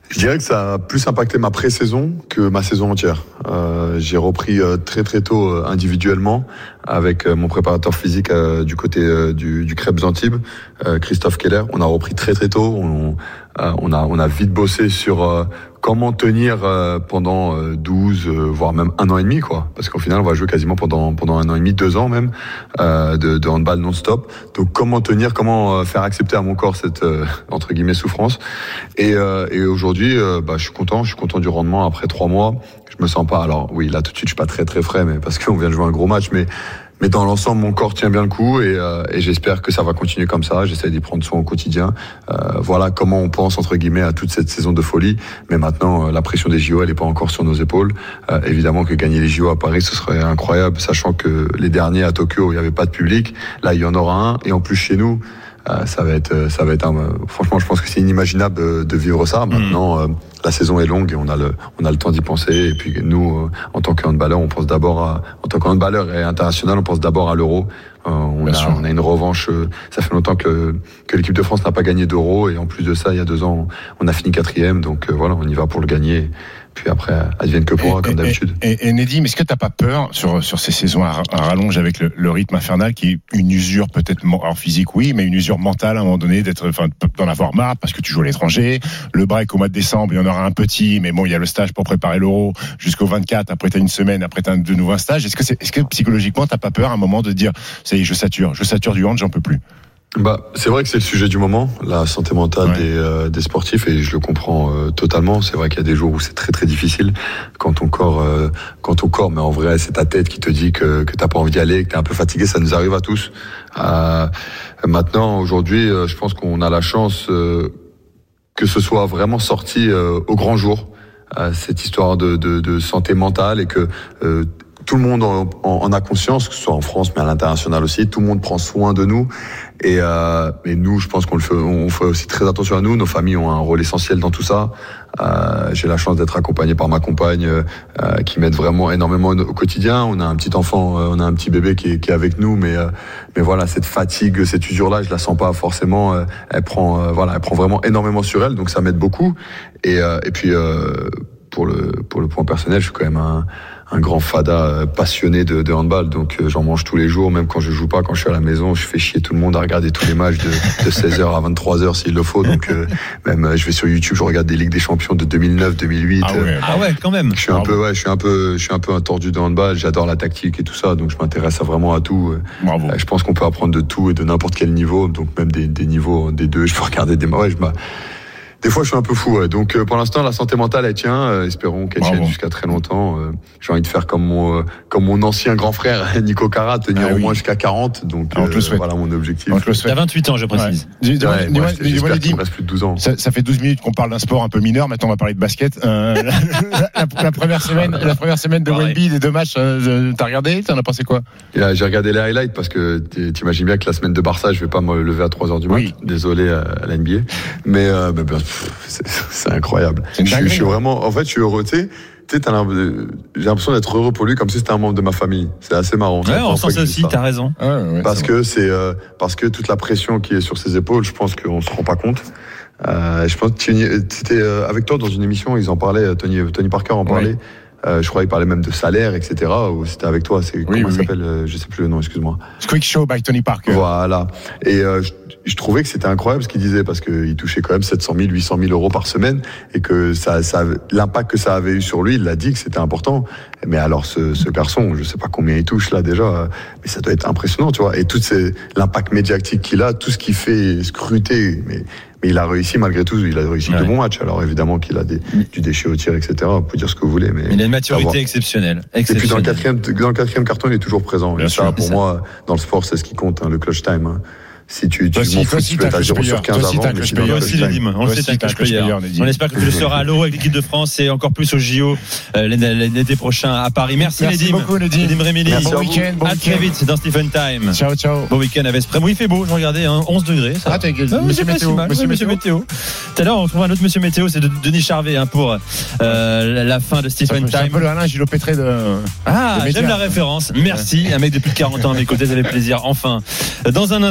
Je dirais que ça a plus impacté ma pré-saison que ma saison entière. Euh, j'ai repris euh, très très tôt euh, individuellement avec euh, mon préparateur physique euh, du côté euh, du, du Krebs Antibes, euh, Christophe Keller. On a repris très très tôt. On, euh, on a on a vite bossé sur euh, comment tenir euh, pendant euh, douze, euh, voire même un an et demi, quoi. Parce qu'au final, on va jouer quasiment pendant pendant un an et demi, deux ans même euh, de, de handball non-stop. Donc comment tenir, comment euh, faire accepter à mon corps cette euh, entre guillemets souffrance. Et, euh, et aujourd'hui, euh, bah, je suis content, je suis content du rendement après trois mois. Je me sens pas, alors oui, là tout de suite, je suis pas très très frais, mais parce qu'on vient de jouer un gros match, mais mais dans l'ensemble, mon corps tient bien le coup et, euh, et j'espère que ça va continuer comme ça. J'essaie d'y prendre soin au quotidien. Euh, voilà comment on pense entre guillemets à toute cette saison de folie. Mais maintenant, euh, la pression des J O, elle est pas encore sur nos épaules. Euh, évidemment que gagner les J O à Paris, ce serait incroyable, sachant que les derniers à Tokyo, il y avait pas de public. Là, il y en aura un, et en plus chez nous. Euh, ça va être, ça va être un, franchement, je pense que c'est inimaginable de, de vivre ça. Maintenant, euh, la saison est longue et on a le, on a le temps d'y penser. Et puis nous, euh, en tant que handballeur, on pense d'abord à, en tant que handballeur et international, on pense d'abord à l'Euro. Euh, on a, on a une revanche. Euh, ça fait longtemps que que l'équipe de France n'a pas gagné d'Euro et en plus de ça, il y a deux ans, on a fini quatrième. Donc euh, voilà, on y va pour le gagner. Puis après, advienne que pourra, comme d'habitude.
Et, et, et Nedim, est-ce que t'as pas peur sur sur ces saisons à, à rallonge avec le, le rythme infernal, qui est une usure peut-être en physique, oui, mais une usure mentale à un moment donné, d'être, enfin, d'en avoir marre parce que tu joues à l'étranger. Le break au mois de décembre, il y en aura un petit, mais bon, il y a le stage pour préparer l'Euro jusqu'au vingt-quatre. Après, t'as une semaine, après t'as de nouveau un stage. Est-ce que c'est, est-ce que psychologiquement, t'as pas peur à un moment de dire, ça y est, je sature, je sature du hand, j'en peux plus?
Bah, c'est vrai que c'est le sujet du moment, la santé mentale ouais. des, euh, des sportifs, et je le comprends euh, totalement. C'est vrai qu'il y a des jours où c'est très très difficile quand ton corps, euh, quand ton corps, mais en vrai c'est ta tête qui te dit que que t'as pas envie d'y aller, que t'es un peu fatigué. Ça nous arrive à tous. Euh, maintenant, aujourd'hui, euh, je pense qu'on a la chance euh, que ce soit vraiment sorti euh, au grand jour, euh, cette histoire de, de, de santé mentale, et que euh, tout le monde en, en, en a conscience, que ce soit en France mais à l'international aussi. Tout le monde prend soin de nous. Et, euh, et nous, je pense qu'on le fait, on fait aussi très attention à nous. Nos familles ont un rôle essentiel dans tout ça. Euh, j'ai la chance d'être accompagné par ma compagne, euh, qui m'aide vraiment énormément au quotidien. On a un petit enfant, euh, on a un petit bébé qui est, qui est avec nous, mais euh, mais voilà, cette fatigue, cette usure-là, je la sens pas forcément. Euh, elle prend, euh, voilà, elle prend vraiment énormément sur elle, donc ça m'aide beaucoup. Et euh, et puis euh, pour le pour le point personnel, je suis quand même un un grand fada passionné de, de handball, donc euh, j'en mange tous les jours, même quand je joue pas, quand je suis à la maison, je fais chier tout le monde à regarder tous les matchs de, de seize heures à vingt-trois heures s'il le faut, donc euh, même euh, je vais sur YouTube, je regarde des Ligues des Champions de deux mille neuf, deux mille huit.
Ah ouais, euh, ah ouais quand même.
Je suis un peu, ouais, je suis un peu, je suis un peu un tordu de handball, j'adore la tactique et tout ça, donc je m'intéresse à vraiment à tout.
Bravo.
Euh, je pense qu'on peut apprendre de tout et de n'importe quel niveau, donc même des, des niveaux des deux, je peux regarder des ouais, je m'a Des fois, je suis un peu fou. Ouais. Donc, euh, pour l'instant, la santé mentale, elle tient. Euh, espérons qu'elle tienne jusqu'à très longtemps. Euh, j'ai envie de faire comme mon, euh, comme mon ancien grand frère, Nico Cara, tenir ah, au oui. moins jusqu'à quarante. Donc, euh, voilà mon objectif.
T'as vingt-huit ans, je précise.
Ouais. Dis-moi, ouais, dis-moi, dis-moi, j'espère qu'il me reste plus de douze ans.
Ça, ça fait douze minutes qu'on parle d'un sport un peu mineur. Maintenant, on va parler de basket. Euh, la, la, la première semaine, la première semaine de Wemby, des deux matchs, euh, t'as regardé? T'en as pensé quoi?
Yeah, j'ai regardé les highlights parce que t'imagines bien que la semaine de Barça, je vais pas me lever à trois heures du mat. Oui. Désolé à, à la N B A. Mais, euh, bah, bah, c'est, c'est incroyable. C'est je, je suis vraiment, en fait, je suis heureux. Tu sais, j'ai l'impression d'être heureux pour lui, comme si c'était un membre de ma famille. C'est assez marrant.
Ouais, on sent ça aussi. T'as raison.
Ouais, ouais, parce que c'est, euh, parce que toute la pression qui est sur ses épaules, je pense qu'on se rend pas compte. Euh, je pense que c'était avec toi dans une émission, ils en parlaient. Tony, Tony Parker en parlait. Oui. Euh, je crois qu'il parlait même de salaire, et cetera. Ou c'était avec toi. C'est oui, comment oui, ça s'appelle oui. Je sais plus le nom. Excuse-moi.
Quick Show by Tony Parker.
Voilà. Et euh, je, je trouvais que c'était incroyable ce qu'il disait, parce qu'il touchait quand même sept cent mille, huit cent mille euros par semaine, et que ça, ça, l'impact que ça avait eu sur lui, il l'a dit que c'était important. Mais alors ce, ce garçon, je sais pas combien il touche là déjà, mais ça doit être impressionnant, tu vois. Et tout ces, l'impact médiatique qu'il a, tout ce qu'il fait scruter, mais Mais il a réussi malgré tout, il a réussi ouais. de bons matchs. Alors évidemment qu'il a des, du déchet au tir, et cetera. Vous pouvez dire ce que vous voulez, mais
il a une maturité exceptionnelle. exceptionnelle. Et puis dans le quatrième,
dans le quatrième carton, il est toujours présent. Bien et sûr, ça, pour ça. moi, dans le sport, c'est ce qui compte, hein, le clutch time. Hein. Si tu, tu,
si,
foot, tu peux être à zéro sur quinze avant, mais
sinon, aussi, Nedim. On le sait, t'es un player. On espère que tu le seras à l'Euro avec l'équipe de France et encore plus au J O euh, l'été prochain à Paris. Merci,
Merci
Nedim.
beaucoup, Nedim.
Nedim Remili.
Bon week-end. Bon
à
week-end.
très vite dans Stephen Time.
Ciao, ciao.
Bon week-end avec Sprem. Oui, il fait beau, je regardais, hein, onze degrés. Ça.
Ah, t'as ah, Monsieur Météo.
Mal, monsieur, monsieur Météo. Tout à l'heure, on retrouve un autre Monsieur Météo, c'est de Denis Charvet, hein, pour euh, la fin de Stephen Time.
C'est un peu le Alain Gilot Pétré de.
Ah, j'aime la référence. Merci. Un mec de plus de quarante ans à mes côtés, ça fait plaisir. Enfin, dans un instant,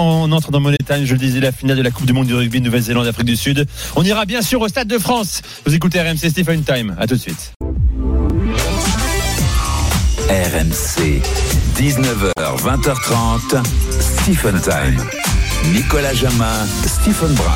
on entre dans Money Time, je le disais, la finale de la Coupe du Monde du rugby Nouvelle-Zélande, Afrique du Sud. On ira bien sûr au Stade de France. Vous écoutez R M C Stephen Time. À tout de suite.
R M C, dix-neuf heures, vingt heures trente, Stephen Time. Nicolas Jamin, Stephen Brun.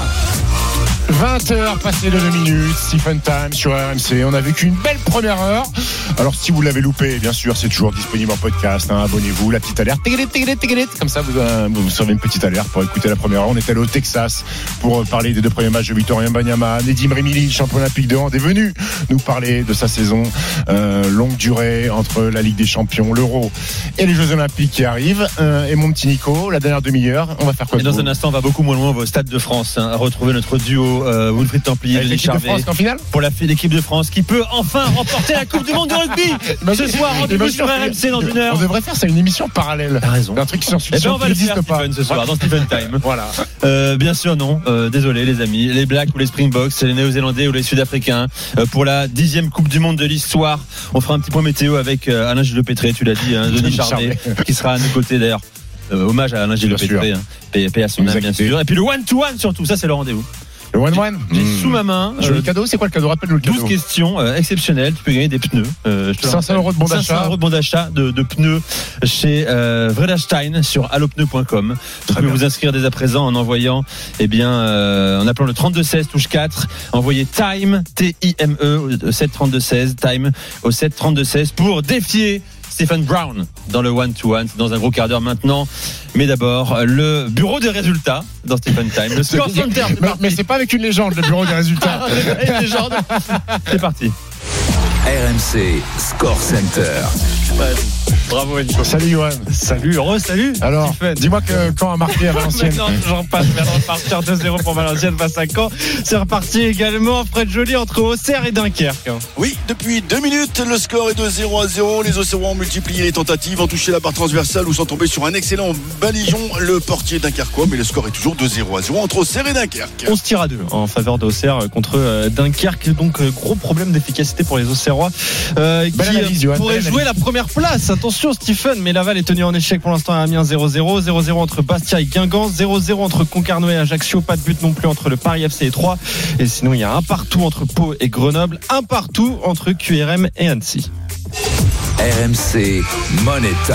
vingt heures passées de deux minutes, Stephen Time sur R M C. On a vécu une belle première heure. Alors si vous l'avez loupé, bien sûr, c'est toujours disponible en podcast. Hein, abonnez-vous, la petite alerte. Comme ça, vous, euh, vous recevez une petite alerte pour écouter la première heure. On est allé au Texas pour parler des deux premiers matchs de Victor Wembanyama. Nedim Remili, champion olympique de hand, est venu nous parler de sa saison euh, longue durée entre la Ligue des Champions, l'Euro et les Jeux Olympiques qui arrivent. Euh, et mon petit Nico, la dernière demi-heure, on va faire quoi?
Et dans un instant, on va beaucoup moins loin au Stade de France, hein, à retrouver notre duo euh, Wilfried Templier, Denis Charvet,
en finale
pour la l'équipe de France qui peut enfin remporter la Coupe du Monde de rugby ce soir. Rendez-vous sur R M C dans une heure.
On devrait faire ça une émission parallèle.
T'as raison.
Un truc sur
eh ben on va le faire, pas Stephen, ce soir dans Stephen Time.
Voilà.
Euh, bien sûr non. Euh, désolé les amis. Les Blacks ou les Springboks, les Néo-Zélandais ou les Sud-Africains euh, pour la dixième Coupe du Monde de l'histoire. On fera un petit point météo avec euh, Alain Gilles Pétré. Tu l'as dit, hein, Denis Charvet, qui sera à nos côtés d'ailleurs. Euh, hommage à Alain Gilles Pétré. Hein. Paix à son âme bien sûr. Et puis le one to one surtout. Ça c'est le rendez-vous.
Le one one.
J'ai mmh. sous ma main.
Joli euh, cadeau, c'est quoi le cadeau? Rappelle-nous le cadeau.
douze questions euh, exceptionnelles. Tu peux gagner des pneus. Euh,
cinq cents euros de bon d'achat.
cinq cents euros de bon d'achat de, de pneus chez euh, Vredestein sur allopneu point com. Vous pouvez vous inscrire dès à présent en envoyant, eh bien, euh, en appelant le trente-deux seize touche quatre. Envoyez Time, T I M E, au sept trente-deux seize, Time au sept trente-deux seize pour défier Stephen Brown dans le one-to-one. C'est dans un gros quart d'heure maintenant. Mais d'abord, le bureau des résultats dans Stephen Time. Le score center.
Mais, mais c'est pas avec une légende, le bureau des résultats.
Une légende. C'est parti.
R M C Score Center.
Ouais. Bravo Encho.
Salut Johan.
Salut, heureux, salut.
Alors, Stephen, dis-moi que quand a marqué à Valenciennes.
Non, j'en passe, je viens de repartir deux zéro pour Valenciennes face à Caen. C'est reparti également Fred Joly entre Auxerre et Dunkerque.
Oui, depuis deux minutes, le score est de zéro à zéro. Les Auxerrois ont multiplié les tentatives, ont touché la barre transversale ou sont tombés sur un excellent baligeon, le portier dunkerquois, mais le score est toujours de zéro à zéro entre Auxerre et Dunkerque.
On se tire à deux en faveur d'Auxerre contre Dunkerque, donc gros problème d'efficacité pour les Auxerrois euh, qui analyse, Johan, pourraient jouer analyse. La première place. Attention Stephen, mais Laval est tenu en échec pour l'instant à Amiens zéro zéro, zéro zéro entre Bastia et Guingamp, zéro zéro entre Concarneau et Ajaccio, pas de but non plus entre le Paris F C et Troyes, et sinon il y a un partout entre Pau et Grenoble, un partout entre Q R M et Annecy.
R M C Money Time.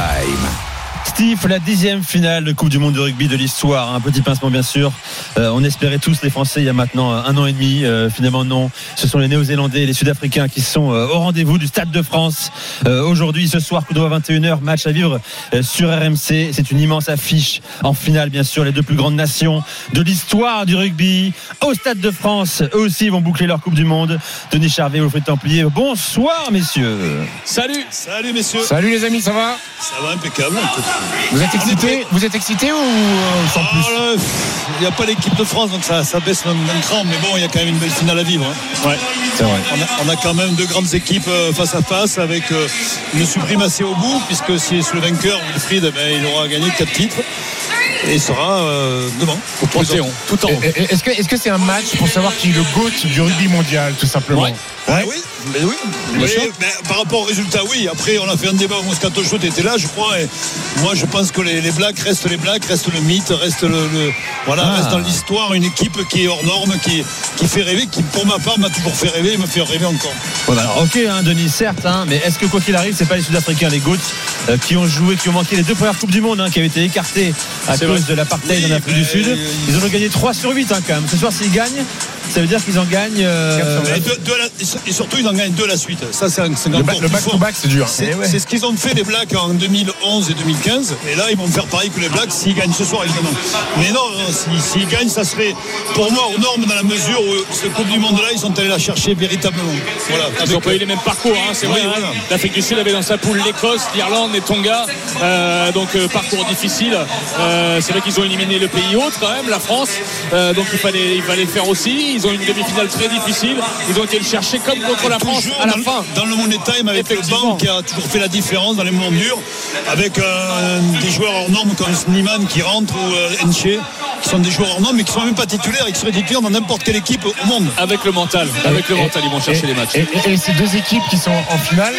Steve, la dixième finale de Coupe du Monde de rugby de l'histoire. Un petit pincement bien sûr. Euh, on espérait tous les Français il y a maintenant un an et demi. Euh, finalement non. Ce sont les Néo-Zélandais et les Sud-Africains qui sont euh, au rendez-vous du Stade de France. Euh, aujourd'hui, ce soir, coup d'envoi vingt et une heures, match à vivre euh, sur R M C. C'est une immense affiche en finale bien sûr. Les deux plus grandes nations de l'histoire du rugby au Stade de France. Eux aussi vont boucler leur Coupe du Monde. Denis Charvet, Wilfried Templier. Bonsoir messieurs.
Salut.
Salut messieurs.
Salut les amis, ça va?
Ça va impeccable.
Vous êtes excité, vous êtes excité ou euh, sans plus?
Il n'y a pas l'équipe de France, donc ça, ça baisse même d'un cran, mais bon, il y a quand même une belle finale à vivre. Hein.
Ouais, c'est vrai.
On a, on a quand même deux grandes équipes face à face avec euh, une suprématie au bout, puisque si c'est le vainqueur, Wilfried, ben, il aura gagné quatre titres. Et il sera euh, devant, au Panthéon, tout en haut.
Est-ce que, est-ce que c'est un match pour savoir qui est le GOAT du rugby mondial, tout simplement?
Ouais. Ouais. Ah oui, mais oui. Mais, mais par rapport au résultat, oui. Après, on a fait un débat au Moscato Show, tu étais là, je crois. Et moi, je pense que les, les Blacks restent les Blacks, restent le mythe, restent le, le voilà, ah. reste dans l'histoire une équipe qui est hors norme, qui, qui fait rêver, qui pour ma part m'a toujours fait rêver, et me fait rêver encore.
Bon, alors, ok, hein, Denis, certes, hein, mais est-ce que quoi qu'il arrive, c'est pas les Sud-Africains, les GOATs, euh, qui ont joué, qui ont manqué les deux premières coupes du monde, hein, qui avaient été écartées à c'est cause vrai. de l'apartheid oui, en Afrique du Sud. Euh, ils en ont gagné trois sur huit hein, quand même. Ce soir, s'ils gagnent, ça veut dire qu'ils en gagnent. Euh...
deux, deux la, et surtout, ils en gagnent deux la suite. Ça, c'est, c'est
le, ba- le back-to-back, c'est dur.
C'est,
eh ouais.
c'est ce qu'ils ont fait les Blacks en deux mille onze et deux mille quinze. Et là, ils vont faire pareil que les Blacks s'ils gagnent ce soir, évidemment. Mais non, s'ils, s'ils gagnent, ça serait pour moi aux normes dans la mesure où ce Coupe du Monde-là, ils sont allés la chercher véritablement. Voilà.
Ils n'ont pas eu les mêmes parcours, hein, c'est oui, vrai. Voilà. Hein. L'Afrique du Sud avait dans sa poule l'Écosse, l'Irlande et Tonga. Euh, donc, euh, parcours difficile. Euh, c'est vrai qu'ils ont éliminé le pays hôte quand même, la France. Euh, donc, il fallait, il fallait le faire aussi. Ils ont une demi-finale très difficile. Ils ont été le chercher comme contre la France à la
dans
fin.
Le, dans le Money Time avec le banc qui a toujours fait la différence dans les moments durs, avec euh, des joueurs hors normes comme Sneeman qui rentre ou euh, Enche, qui sont des joueurs hors normes mais qui sont même pas titulaires et qui seraient titulaires dans n'importe quelle équipe au monde.
Avec le mental, avec et, le mental, ils vont chercher
et,
les matchs.
Et, et, et ces deux équipes qui sont en finale,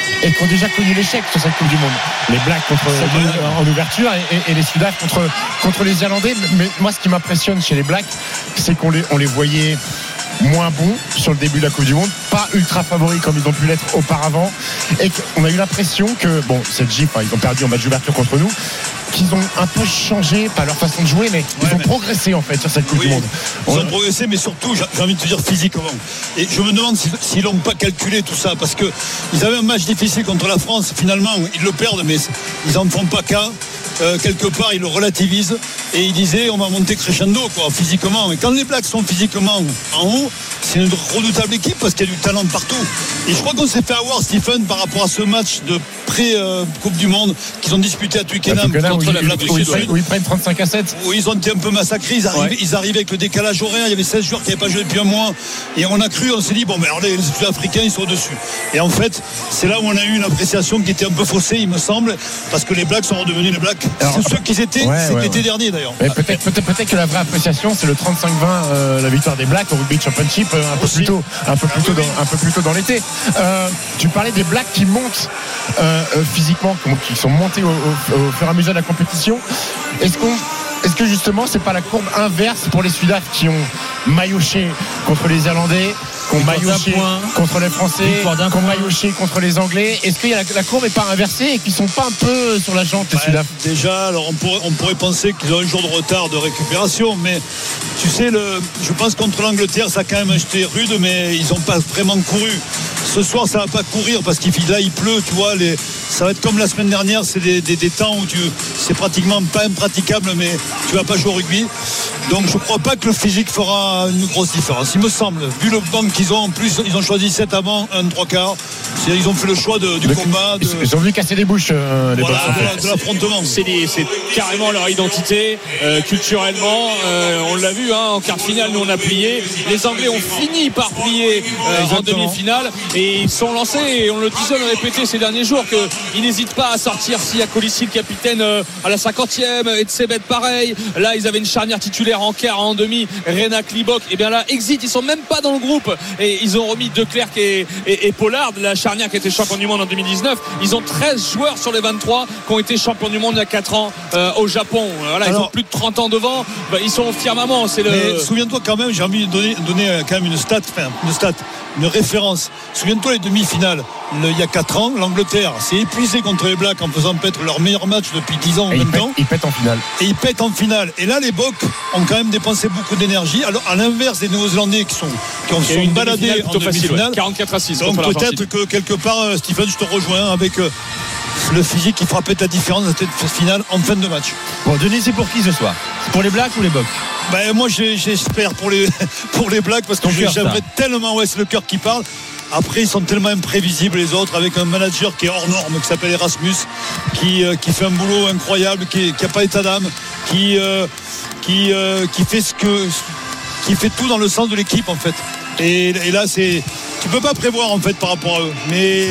et qui ont déjà connu l'échec sur cette Coupe du Monde. Les Blacks contre en, en ouverture et, et, et les Sudaf contre, contre les Irlandais. Mais moi, ce qui m'impressionne chez les Blacks, c'est qu'on les, on les voyait moins bons sur le début de la Coupe du Monde, pas ultra favoris comme ils ont pu l'être auparavant, et qu'on a eu l'impression que, bon, cette J, hein, ils ont perdu en match d'ouverture contre nous, qu'ils ont un peu changé, pas leur façon de jouer, mais ouais, ils ont mais... progressé en fait sur cette Coupe
oui,
du Monde.
Ils
on...
ont progressé, mais surtout, j'ai envie de te dire physiquement. Et je me demande s'ils, s'ils n'ont pas calculé tout ça, parce que ils avaient un match difficile contre la France. Finalement, ils le perdent, mais ils n'en font pas cas. Euh, quelque part, ils le relativisent et ils disaient on va monter crescendo quoi, physiquement. Et quand les Blacks sont physiquement en haut, c'est une redoutable équipe parce qu'il y a du talent partout. Et je crois qu'on s'est fait avoir, Stephen, par rapport à ce match de pré-Coupe du Monde qu'ils ont disputé à Twickenham contre la Blacks
où, où ils prennent trente-cinq à sept.
Où ils ont été un peu massacrés. Ils arrivaient, ouais. ils arrivaient avec le décalage horaire. Il y avait seize joueurs qui n'avaient pas joué depuis un mois. Et on a cru, on s'est dit bon, mais alors les Sud-Africains ils sont au-dessus. Et en fait, c'est là où on a eu une appréciation qui était un peu faussée, il me semble, parce que les Blacks sont redevenus les Blacks. Alors, c'est ceux qu'ils étaient, ouais, c'était l'été ouais. dernier d'ailleurs.
Mais peut-être, peut-être, peut-être que la vraie appréciation, c'est le trente-cinq vingt, euh, la victoire des Blacks au Rugby Championship, euh, un peu plus tôt, un peu plus tôt, dans, un peu plus tôt dans l'été. Euh, tu parlais des Blacks qui montent euh, euh, physiquement, qui sont montés au, au, au fur et à mesure de la compétition. Est-ce qu'on Est-ce que justement c'est pas la courbe inverse pour les Sudaf qui ont maillotché contre les Irlandais, qui ont maillotché contre les Français, qui ont maillotché contre les Anglais? Est-ce que la, la courbe n'est pas inversée et qu'ils sont pas un peu sur la jante les ouais, Sudaf?
Déjà, alors on pourrait, on pourrait penser qu'ils ont un jour de retard de récupération, mais tu sais, le, je pense contre l'Angleterre ça a quand même été rude, mais ils n'ont pas vraiment couru. Ce soir ça va pas courir parce qu'il là il pleut, tu vois, les, ça va être comme la semaine dernière, c'est des, des, des temps où tu, c'est pratiquement pas impraticable, mais tu vas pas jouer au rugby. Donc je crois pas que le physique fera une grosse différence, il me semble, vu le banc qu'ils ont. En plus ils ont choisi sept avant, un trois quarts. C'est-à-dire, ils ont fait le choix de, du le, combat de...
Ils ont voulu casser des bouches euh, les
voilà, de, de l'affrontement.
C'est, des, c'est carrément leur identité euh, culturellement, euh, on l'a vu hein, en quart de finale nous on a plié, les Anglais ont fini par plier euh, en demi-finale et ils sont lancés, et on le disait, on le répétait ces derniers jours qu'ils n'hésitent pas à sortir. Si à Colissi le capitaine euh, à la cinquantième, et de Sebet pareil, là ils avaient une charnière titulaire en quart, en demi, Rena Klibok, et bien là exit, ils sont même pas dans le groupe et ils ont remis De Klerk et, et, et Pollard, la charnière qui était champion du monde en deux mille dix-neuf. Ils ont treize joueurs sur les vingt-trois qui ont été champions du monde il y a quatre ans euh, au Japon. Voilà, alors, ils ont plus de trente ans devant, bah, ils sont au firmament, c'est le...
Mais souviens-toi quand même, j'ai envie de donner, donner quand même une stat, enfin, une stat, une référence. Souviens-toi les demi-finales, le, il y a quatre ans, l'Angleterre s'est épuisée contre les Blacks en faisant peut-être leur meilleur match depuis dix ans ou vingt ans.
Ils pètent en finale.
Et ils pètent en finale. Et là, les Bocs ont quand même dépensé beaucoup d'énergie. Alors, à l'inverse des Néo-Zélandais qui sont, qui ont, sont baladés en demi-finale.
Ouais. quarante-quatre à six.
Donc peut-être que quelque part, Stephen, je te rejoins avec euh, le physique qui fera peut-être la différence dans cette finale en fin de match.
Bon, Denis, c'est pour qui ce soir? C'est pour les Blacks ou les Bocs?
Ben, moi, j'espère pour les, pour les Blacks parce que cœur, j'aimerais ça. tellement, ouais, c'est le cœur qui parle. Après, ils sont tellement imprévisibles les autres, avec un manager qui est hors norme, qui s'appelle Erasmus, qui, euh, qui fait un boulot incroyable, qui n'a pas état d'âme, qui, euh, qui, euh, qui fait ce que, qui fait tout dans le sens de l'équipe en fait. Et, et là, c'est, tu peux pas prévoir en fait par rapport à eux, mais.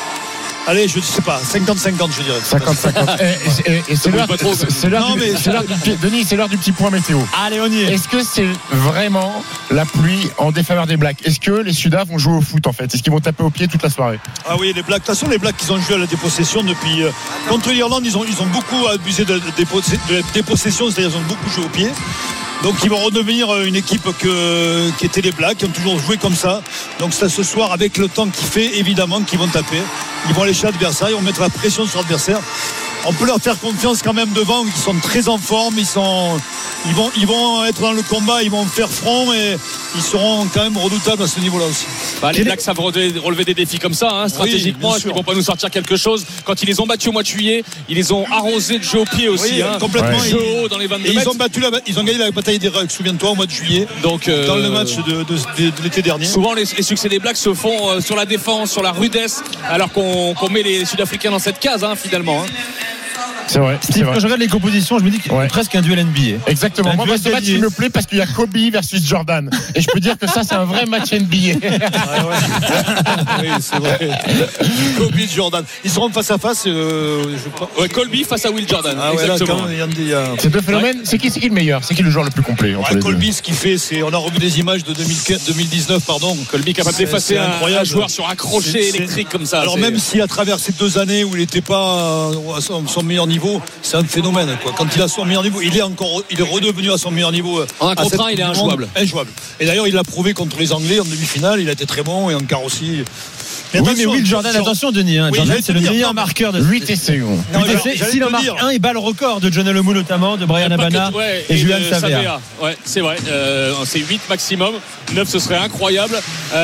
Allez, je ne sais pas, cinquante cinquante je dirais.
cinquante cinquante. Et, et, et c'est l'heure, c'est l'heure, non, du, mais c'est l'heure du, Denis, c'est l'heure du petit point météo.
Allez, on y est.
Est-ce que c'est vraiment la pluie en défaveur des Blacks? Est-ce que les Sudaf vont jouer au foot en fait? Est-ce qu'ils vont taper au pied toute la soirée?
Ah oui, les Blacks. De toute façon, les Blacks, ils ont joué à la dépossession depuis. Euh, contre l'Irlande, ils ont, ils ont beaucoup abusé de, de, de la dépossession, c'est-à-dire ils ont beaucoup joué au pied. Donc ils vont redevenir une équipe que, qui était les Blacks, qui ont toujours joué comme ça. Donc c'est ce soir, avec le temps qu'il fait, évidemment qu'ils vont taper. Ils vont aller chez l'adversaire, ils vont mettre la pression sur l'adversaire. On peut leur faire confiance quand même devant, ils sont très en forme, ils sont, ils vont, ils vont être dans le combat, ils vont faire front et ils seront quand même redoutables à ce niveau-là aussi.
Bah, les Blacks savent relever des défis comme ça, hein, stratégiquement. Oui, est-ce qu'ils vont pas nous sortir quelque chose? Quand ils les ont battus au mois de juillet, ils les ont arrosés de jeu au pied aussi, oui, hein,
complètement.
Ouais. Jeu haut dans les vingt-deux
et
mètres.
Ils ont battu la, ils ont gagné la bataille des Rucks, souviens-toi, au mois de juillet. Donc euh, dans le match de, de, de, de l'été dernier.
Souvent les, les succès des Blacks se font euh, sur la défense, sur la rudesse, alors qu'on, qu'on met les Sud-Africains dans cette case, hein, finalement. Hein.
C'est vrai.
Steve,
c'est vrai.
quand je regarde les compositions, je me dis que
Ouais.
presque un duel N B A.
Exactement.
Un
Moi,
duel
ce match,
N B A.
il me plaît parce qu'il y a Kobe versus Jordan. Et je peux dire que ça, c'est un vrai match N B A.
Oui, c'est vrai. Kobe Jordan. Ils seront face à face. Euh, je crois.
Ouais, Colby face à Will Jordan.
Ah ouais, là,
exactement.
quand il y a des, euh,
Ces deux phénomènes, c'est qui, c'est qui le meilleur? C'est qui le joueur le plus complet entre
ouais,
les
Colby,
deux?
ce qu'il fait, c'est. On a revu des images de deux mille quatre, deux mille dix-neuf, pardon.
Colby capable
C'est-
d'effacer
c'est
un,
incroyable.
un joueur sur un crochet
C'est- c'est-
électrique comme ça.
Alors
c'est-
même si à travers ces deux années où il n'était pas à son, son meilleur niveau, c'est un phénomène. Quoi. Quand il a son meilleur niveau, il est encore, il est redevenu à son meilleur niveau.
En un
à
contre
cette
un, il est
Coupe du Monde.
injouable.
Injouable. Et d'ailleurs, il l'a prouvé contre les Anglais en demi-finale. Il a été très bon et en quart aussi.
Oui, mais
attention,
Will Jordan,
Jordan-
attention Denis, hein,
Oui,
Jordan
j'allais
c'est
te
le
dire,
meilleur
non,
marqueur de
huit essais.
Non,
huit
j'allais-
essais.
j'allais
S'il
te
en marque
dire.
un, il bat le record de John Alomou notamment, de Brian
Un paquet-
Habana
ouais,
et,
et
Julian
de
Savea.
Ouais, c'est vrai. Euh, c'est huit maximum. neuf, ce serait incroyable.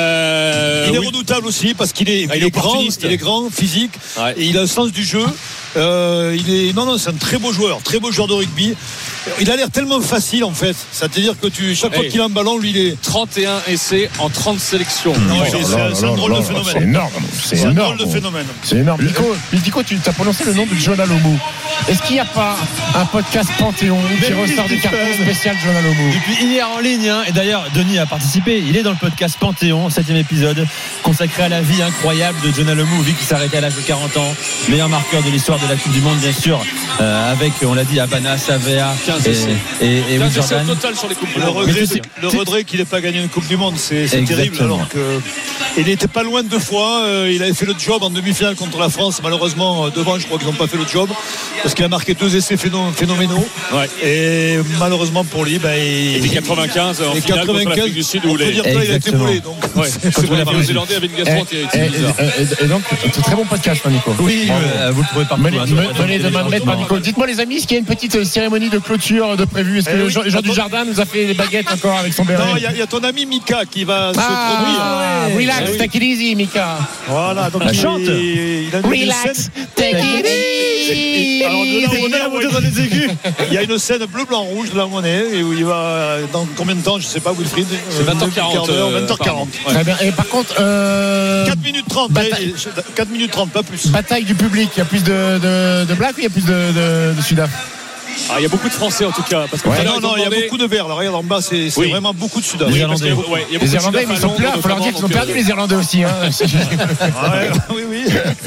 Euh,
Il est
oui.
redoutable aussi parce qu'il est,
Ah,
il
il est
est grand,
opportuniste.
il est grand, physique,
Ouais.
et il a le sens du jeu. Euh, il est, non, non, c'est un très beau joueur, très beau joueur de rugby. Il a l'air tellement facile en fait. C'est-à-dire que tu, chaque fois
Hey.
qu'il a un ballon, lui, il est.
trente et un essais en trente sélections.
Non,
Oh
c'est-
là
c'est
là
un- c'est un
là
drôle
là
de
là,
phénomène.
C'est énorme. C'est
C'est un
énorme.
drôle de phénomène.
C'est énorme. Nico, Nico, tu as prononcé le nom de John Alomou. Est-ce qu'il n'y a pas un podcast Panthéon qui
Mais
ressort
oui,
des cartons
Stephen.
spécial John Alomou?
Depuis hier en ligne, hein, et d'ailleurs Denis a participé, il est dans le podcast Panthéon, septième épisode, consacré à la vie incroyable de John Alomou, vie qui s'arrêtait à l'âge de quarante ans, meilleur marqueur de l'histoire de la Coupe du Monde bien sûr, euh, avec on l'a dit Habana, Savea
quinze
et,
essais.
et, et Will
quinze essais
Jordan.
au total sur les coupes du
Le
monde.
regret,
Mais tu
c'est-
sais-
le
tu-
regret qu'il n'ait pas gagné une Coupe du Monde, c'est c'est terrible.
Exactement.
Alors que il n'était pas loin deux fois. euh, il avait fait le job en demi-finale contre la France. Malheureusement, euh, devant, je crois qu'ils n'ont pas fait le job parce qu'il a marqué deux essais phéno- phénoménaux.
Ouais.
Et malheureusement pour lui, bah, il,
Et puis quatre-vingt-quinze en
et
finale contre l'Afrique du Sud
on
où
peut
les.
dire que là, il a été
Exactement.
volé. Donc,
Ouais,
c'est-
contre
c'est
les
pas
Néo-Zélandais avec une
Et,
gastro qui
et-
est bizarre.
et- et donc, c'est un très bon podcast, hein, Nico.
Oui,
Bravo.
euh, vous le trouvez partout.
Menez,
hein, sur
me-
la
menez
plateforme
de main de maître par
téléchargement.
Nico. Dites-moi les amis, est-ce qu'il y a une petite euh, cérémonie de clôture de prévue? Est-ce que
Eh
le
oui,
Jean, Jean du
attends.
Jardin nous a fait des baguettes encore avec son béret?
Non, il y, a- il y a ton ami Mika qui va se produire.
Ah,
ouais.
relax,
Eh oui.
take it easy, Mika.
Voilà, donc
Bah,
il,
chante.
il a une
Relax,
scène.
take it easy.
Alors, de là où on est,
Il a monté dans les aigus.
il y a une scène bleu, blanc, rouge de la monnaie et où il va dans combien de temps, je sais pas, Wilfried.
C'est vingt heures quarante, euh,
vingt heures quarante.
Ouais.
Très bien. Et par contre, euh,
quatre minutes trente.
Bataille.
eh, quatre minutes trente, pas plus.
bataille du public, il y a plus de, de, de blacks ou il y a plus de, de, de Sudaf?
Ah, il y a beaucoup de Français en tout cas. Parce que
Ouais.
tout à l'heure,
Non,
ils ont
non, il y a
demandé-
beaucoup de verts. Là, regarde en bas, c'est c'est
Oui.
vraiment beaucoup de Sudaf.
Oui,
Les
parce qu'il y a-
Irlandais.
ouais, il y a
Les
beaucoup de
Irlandais,
Sudaf
mais
à
ils sont plus là.
Londres,
Il faut leur dire qu'ils ont
notamment,
perdu
donc,
les Irlandais aussi. Hein.
Ouais, oui, oui.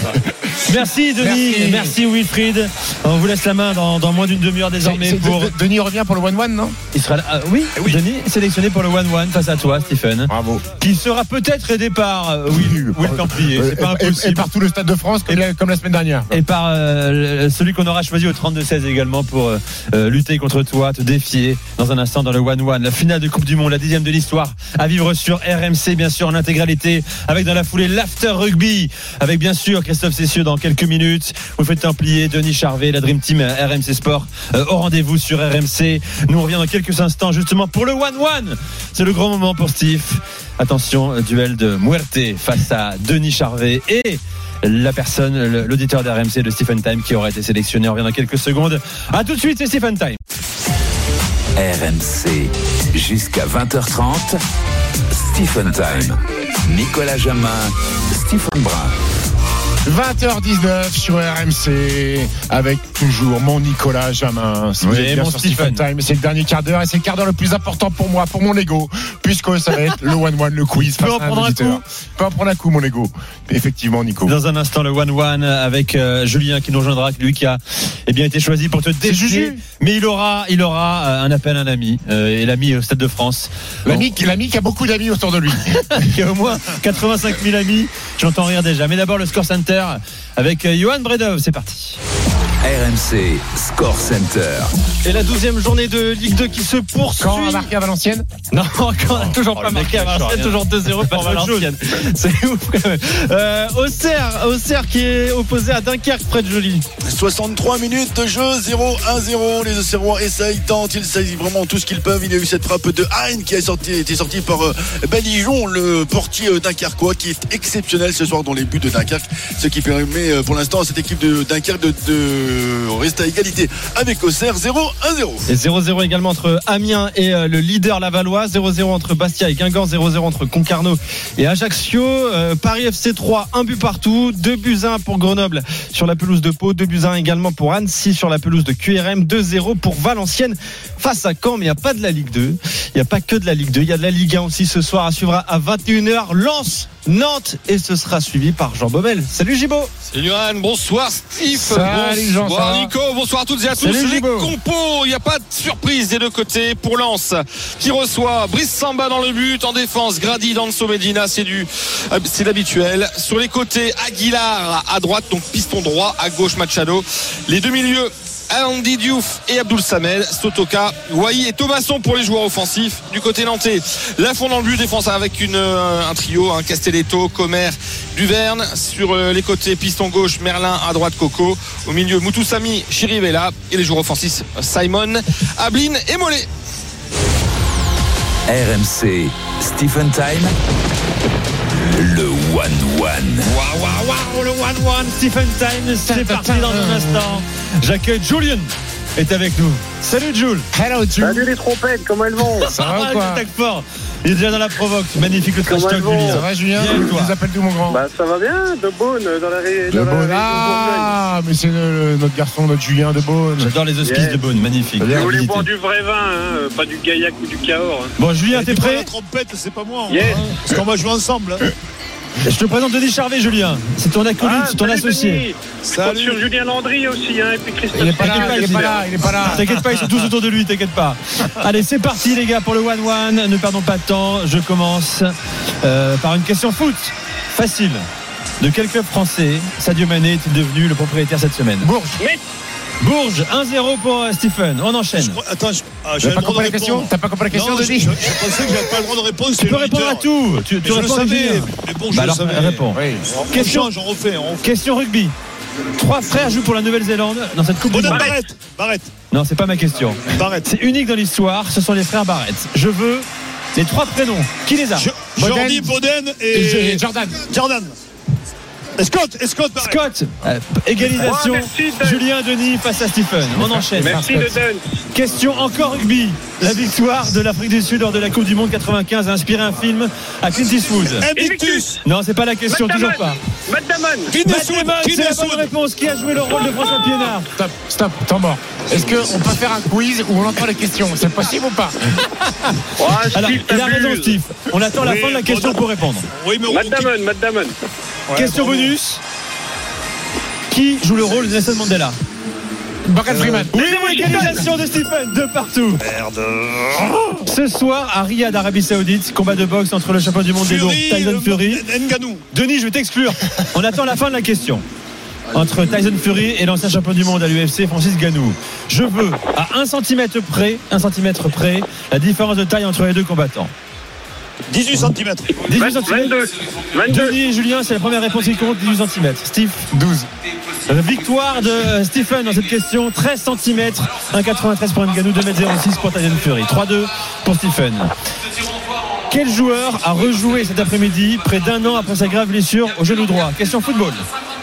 Merci Denis,
Merci.
merci, Wilfried. On vous laisse la main dans, dans moins d'une demi-heure désormais
C'est- c'est-
pour.
De- Denis revient pour le one-one, non?
Il sera là. Ah, oui, Denis sélectionné pour le one-one face à toi, Stephen.
Bravo.
Qui sera peut-être aidé par euh, Will, Will Templier. C'est pas
Et- et,
impossible.
par tout le Stade de France, comme, la, comme la semaine dernière.
Et par euh, le- celui qu'on aura choisi au trente-deux seize également pour euh, euh, lutter contre toi, te défier dans un instant dans le one-one. La finale de Coupe du Monde, la dixième de l'histoire, à vivre sur R M C, bien sûr, en intégralité, avec dans la foulée l'After Rugby, avec bien sûr Christophe Cessieux dans quelques minutes. Vous faites Templier, Denis Charvet, la Dream Team R M C Sport euh, au rendez-vous sur R M C. Nous on revient dans quelques instants justement pour le one-one. C'est le grand moment pour Steve. Attention, euh, duel de Muerte face à Denis Charvet et la personne, le- l'auditeur d'R M C de Stephen Time qui aura été sélectionné. On revient dans quelques secondes. À tout de suite, c'est Stephen Time.
R M C jusqu'à vingt heures trente. Stephen Time. Nicolas Jamin, Stephen Brun.
vingt heures dix-neuf sur R M C avec toujours mon Nicolas Jamin. Si vous
Oui,
êtes bien
mon
sur Stephen
Stephen.
Time, c'est le dernier quart d'heure et c'est le quart d'heure le plus important pour moi, pour mon ego, puisque ça va être le one-one, le quiz.
Peut
face
en
à un
prendre un
auditeur.
coup.
Peut en prendre un coup, mon ego. Effectivement, Nico.
Dans un instant, le one-one avec euh, Julien qui nous rejoindra, lui qui a eh bien, été choisi pour te défier.
Juju.
Mais il aura, il aura euh, un appel à un ami, euh, et l'ami au Stade de France.
L'ami, qui- l'ami qui a beaucoup d'amis autour de lui.
Qui a au moins quatre-vingt-cinq mille amis. J'entends rire déjà. Mais d'abord, le Score Center avec euh, Johan Bredov. C'est parti.
R M C Score Center.
Et la douzième journée de Ligue deux qui se poursuit.
Quand on a marqué à Valenciennes?
Non, quand on n'a toujours
Oh,
pas
le mec
marqué à
lâche
Valenciennes,
rien.
toujours deux zéro pour
Pas de
Valenciennes. C'est ouf quand même. Euh, Auxerre, Auxerre qui est opposé à Dunkerque près de Joly.
soixante-trois minutes de jeu, zéro un zéro. Les Auxerrois essayent, tentent, ils essayent vraiment tout ce qu'ils peuvent. Il y a eu cette frappe de Hein qui a sorti, été sortie par euh, Balijon, le portier euh, dunkerquois, qui est exceptionnel ce soir dans les buts de Dunkerque. Ce qui permet euh, pour l'instant à cette équipe de Dunkerque de, de euh, on reste à égalité avec Auxerre, zéro un zéro.
Et zéro zéro également entre Amiens et euh, le leader Lavallois, zéro zéro entre Bastia et Guingamp, zéro zéro entre Concarneau et Ajaccio. euh, Paris F C trois, un but partout, deux buts à un pour Grenoble sur la pelouse de Pau, deux buts à un également pour Annecy sur la pelouse de Q R M, deux zéro pour Valenciennes face à Caen. Mais il n'y a pas de la Ligue deux, il n'y a pas que de la Ligue deux, il y a de la Ligue un aussi ce soir à suivre à vingt et une heures. Lens Nantes, et ce sera suivi par Jean Baumel. Salut Gibo.
Salut Johan, bonsoir Steve,
Salut Jean,
bonsoir
ça
Nico, bonsoir à toutes et à tous.
Salut
Les
Gibo.
compos, il n'y a pas de surprise des deux côtés pour Lens qui reçoit Brice Samba dans le but, en défense Grady, Danso, Medina, c'est du c'est l'habituel. Sur les côtés, Aguilar à droite, donc piston droit, à gauche Machado. Les deux milieux, Andy Diouf et Abdoul Samel, Sotoka, Wai et Thomasson pour les joueurs offensifs. Du côté nantais, Lafond dans le but, défense avec une, un trio, un Castelletto, Comer, Duverne. Sur les côtés, piston gauche, Merlin, à droite, Coco. Au milieu, Moutoussamy, Chirivella. Et les joueurs offensifs, Simon, Ablin et Mollet.
R M C, Stephen Time, le one one.
Waouh, waouh, waouh, le one one, Stephen Time, c'est parti dans un instant. J'accueille Julian, est avec nous. Salut Jules.
Hello Jules. Salut les trompettes, comment elles vont?
Ça va ou quoi? Fort. Il est déjà dans la provoque. Magnifique le trash talk, Julien.
Ça va, Julien? Tu nous appelles tout, mon grand?
Bah, ça va bien, de Beaune, dans la région.
De Beaune. Ah, mais c'est le, notre garçon, notre Julien de Beaune.
J'adore les hospices
Yeah.
de Beaune, magnifique.
Vous voulez boire du vrai vin, hein, pas du Gaillac ou du Cahors. Hein.
Bon, Julien, t'es prêt?
La trompette, c'est pas moi.
Yes.
Hein, parce qu'on va jouer ensemble. Hein.
Je te présente Denis Charvet, Julien. C'est ton acolyte,
Ah,
c'est ton
salut,
associé.
Denis. Je compte sur Julien Landry aussi, hein, et puis Christophe.
Il est pas là,
Séguin.
il est pas là, il est pas là.
T'inquiète pas, ils sont tous autour de lui, t'inquiète pas. Allez, c'est parti les gars pour le one one. Ne perdons pas de temps. Je commence euh, par une question foot. Facile. De quel club français Sadio Mané est-il devenu le propriétaire cette semaine?
Bourges.
Mais
Bourges, un zéro pour euh, Stephen. On enchaîne.
Je crois- Attends, je- ah,
T'as
j'avais
pas
le droit
compris
de
la question?
répondre.
T'as pas compris la question,
Non, je,
Denis?
je, je pensais que j'avais pas le droit de répondre.
Tu peux répondre à tout. Tu, tu
je le
réponds
savais,
Julien.
mais bon, je
Bah
le
alors,
savais.
réponds.
Oui.
On
Question-
change, on refait. On refait.
Question rugby. Trois frères jouent pour la Nouvelle-Zélande dans cette Coupe du
Bonne
Monde.
Barrett. Barrett.
Non, c'est pas ma question.
Barrett.
C'est unique dans l'histoire. Ce sont les frères Barrett. Je veux les trois prénoms. Qui les a?
Jo- Jordi, Boden
Et
et
Jordan.
Jordan. Et Scott. Et Scott Barrett.
Scott, euh, égalisation.
Oh, merci, Dan.
Julien Denis face à Stephen. On enchaîne.
merci de Dan.
Question encore rugby. La victoire de l'Afrique du Sud lors de la Coupe du Monde quatre-vingt-quinze a inspiré un film à Clint Eastwood.
Invictus.
Non, c'est pas la question,
Matt
toujours
Damon.
pas.
Matt Damon.
Clint
Matt
Eastwood.
Damon,
Clint
c'est la bonne
Eastwood.
réponse. Qui a joué le rôle de François Piénard?
Stop, stop, temps mort. Est-ce qu'on peut faire un quiz où on entend les questions? C'est possible ou pas?
Oh,
Alors,
Steve,
il a
t'abuses.
raison, Steve. On attend la
Oui,
fin de la question
bon,
pour répondre.
Oui, mais
Matt Damon, Matt Damon.
Ouais,
Question
bravo.
bonus. Qui joue le rôle de Nelson Mandela?
Morgan Freeman.
Oui, égalisation de Stephen de partout.
Merde.
Ce soir, à Riyad, Arabie Saoudite, combat de boxe entre le champion du monde des lourds, Tyson Fury.
Ngannou.
Denis, je vais t'exclure. On attend la fin de la question. Entre Tyson Fury et l'ancien champion du monde à l'U F C, Francis Ngannou. Je veux, à un centimètre près, un centimètre près, la différence de taille entre les deux combattants.
dix-huit centimètres.
dix-huit centimètres.
vingt-deux. vingt-deux.
Denis et Julien, c'est la première réponse qui compte, dix-huit centimètres. Steve,
douze.
victoire de Stephen dans cette question, treize centimètres, un virgule quatre-vingt-treize pour Ngannou, deux virgule zéro six pour Tyson Fury. trois deux pour Stephen. Quel joueur a rejoué cet après-midi, près d'un an après sa grave blessure au genou droit? Question football.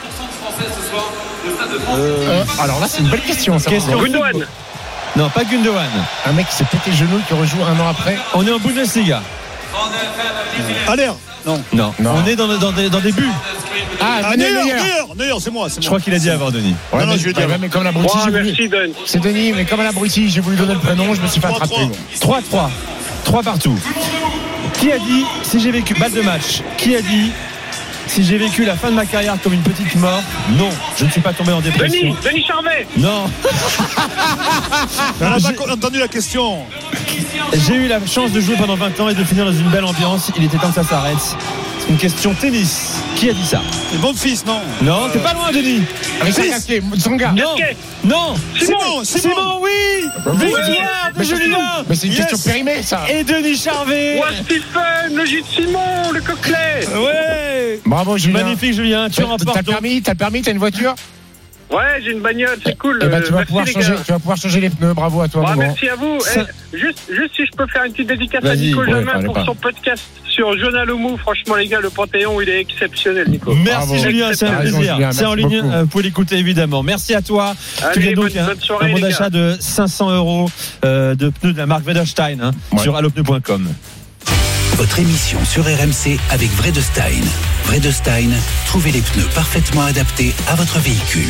Euh, alors là, c'est une belle question. Ça.
Question
Gundogan.
football. Non, pas Gundogan.
Un mec qui s'est pété le genou qui rejoue un an après.
On est en Bundesliga.
Aller. Non.
Non.
Non.
On est dans, dans, des, dans des buts.
Ah,
Ah,
Neuer,
Neuer,
Neuer.
Neuer, Neuer, c'est moi, c'est
Je
moi.
crois qu'il a dit avant, Denis.
Ouais,
Non, non,
mais,
je vais
ouais,
dire.
mais comme l'abruti,
Oh,
j'ai voulu-
merci, Dan.
c'est Denis, mais comme l'abruti, j'ai voulu donner le prénom, je me suis fait
trois
attraper.
trois.
trois trois. trois partout. Qui a dit, si j'ai vécu, balle de match, qui a dit, si j'ai vécu la fin de ma carrière comme une petite mort? Non, je ne suis pas tombé en dépression.
Denis, Denis Charvet.
Non.
On n'a pas entendu la question.
J'ai eu la chance de jouer pendant vingt ans et de finir dans une belle ambiance. Il était temps que ça s'arrête. C'est une question tennis. Qui a dit ça?
C'est mon fils, non?
Non, t'es pas loin, Denis.
Richard
Fils.
Gasquet, Tsonga.
Non, non.
Simon,
Simon,
Simon.
oui. Victoire de
Mais c'est-
Julien.
Mais c'est une
Yes.
question périmée, ça.
Et Denis Charvet.
Oh, Stephen, le Gilles Simon, le coquelet.
Ouais.
Bravo, Julien.
Magnifique, Julien. Tu
T'as
remportes
t'as le
donc.
permis? T'as le permis? T'as une voiture?
Ouais, j'ai une bagnole, c'est cool.
Eh ben, tu, vas
Merci,
pouvoir
les
changer,
gars.
tu vas pouvoir changer les pneus. Bravo à toi.
Bah,
mon grand.
merci à vous.
Ça-
Eh, juste, juste si je peux faire une petite dédicace à
Vas-y,
Nico
ouais,
Jamin
fallait
pour
pas.
son podcast sur Jonah Lomou. Franchement, les gars, le Panthéon, il est exceptionnel, Nico.
Merci
Bravo.
Julien, c'est un
Exceptionnel.
plaisir.
Julien,
C'est en
merci
ligne,
beaucoup.
euh, vous pouvez l'écouter évidemment. Merci à toi.
Allez,
tu gagnes donc
bonne-
un,
bonne soirée,
un bon
les gars.
d'achat de cinq cents euros euh, de pneus de la marque Wederstein hein,
Ouais.
sur allopneu point com.
Votre émission sur R M C avec Vredestein. Vredestein, trouvez les pneus parfaitement adaptés à votre véhicule.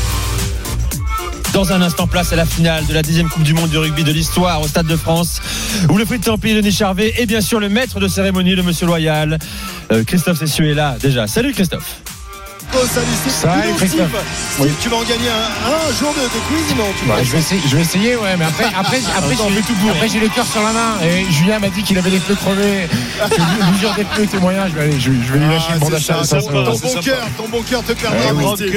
Dans un instant, place à la finale de la dixième Coupe du Monde de rugby de l'histoire au Stade de France, où le prix de Templier Denis Charvet et bien sûr le maître de cérémonie, le monsieur loyal, euh, Christophe Cessieux est là déjà. Salut Christophe.
Oh, salut Steve.
Salut,
Dis donc,
Christophe.
Steve, Steve, tu vas en gagner un, un jour de, de quiz, non tu
Ouais,
penses
je vais essayer, je vais essayer, ouais, mais après, après, après,
Attends,
j'ai,
fais tout pour.
après j'ai le cœur sur la main. Et Julien m'a dit qu'il avait les pneus crevés. Que l'usure des pneus était moyen. Je vais aller, je, je vais lui lâcher
Ah,
le bon
c'est
d'achat de
ça,
cinq cents
ton
euros.
bon cœur, ton bon cœur te perdra.
Eh oui.
mon Steve.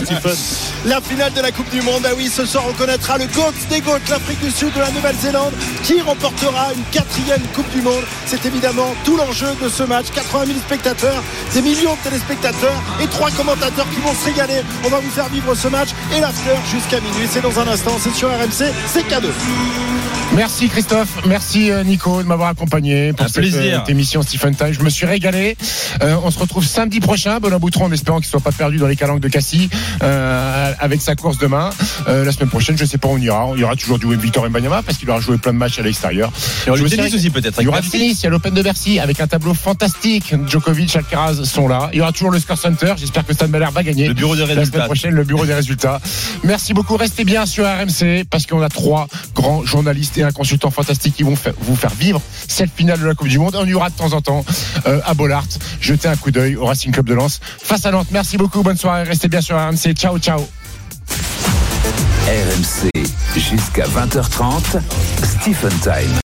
La finale de la Coupe du Monde, ah oui, ce soir on connaîtra le GOAT des GOAT, l'Afrique du Sud de la Nouvelle-Zélande, qui remportera une quatrième Coupe du Monde. C'est évidemment tout l'enjeu de ce match. quatre-vingt mille spectateurs, des millions de téléspectateurs et trois commentateurs qui vont se régaler. On va vous faire vivre ce match et l'after jusqu'à minuit. C'est dans un instant, c'est sur R M C, c'est cadeau.
Merci Christophe, merci euh, Nico de m'avoir accompagné pour
Un
cette
plaisir.
euh, émission Stephen Time. Je me suis régalé. Euh, on se retrouve samedi prochain, Benoît Boutron, en espérant qu'il ne soit pas perdu dans les calanques de Cassis euh, avec sa course demain. Euh, la semaine prochaine, je ne sais pas où on ira. Il y aura toujours du Victor Wembanyama parce qu'il aura joué plein de matchs à l'extérieur.
Il y aura
Je
du
me suis
tennis
ré-
aussi peut-être.
Il y aura
avec
du
Bercy.
tennis, il y a l'Open de Bercy avec un tableau fantastique. Djokovic, Alcaraz sont là. Il y aura toujours le Score Center. J'espère que Stade Malherbe va gagner.
Le bureau des
La semaine
résultats.
prochaine, le bureau des résultats. Merci beaucoup. Restez bien sur R M C parce qu'on a trois grands journalistes et un consultant fantastique qui vont fa- vous faire vivre cette finale de la Coupe du Monde. On y aura de temps en temps euh, à Bollard. Jetez un coup d'œil au Racing Club de Lens face à Nantes. Merci beaucoup. Bonne soirée. Restez bien sur R M C. Ciao, ciao.
R M C jusqu'à vingt heures trente, Stephen Time.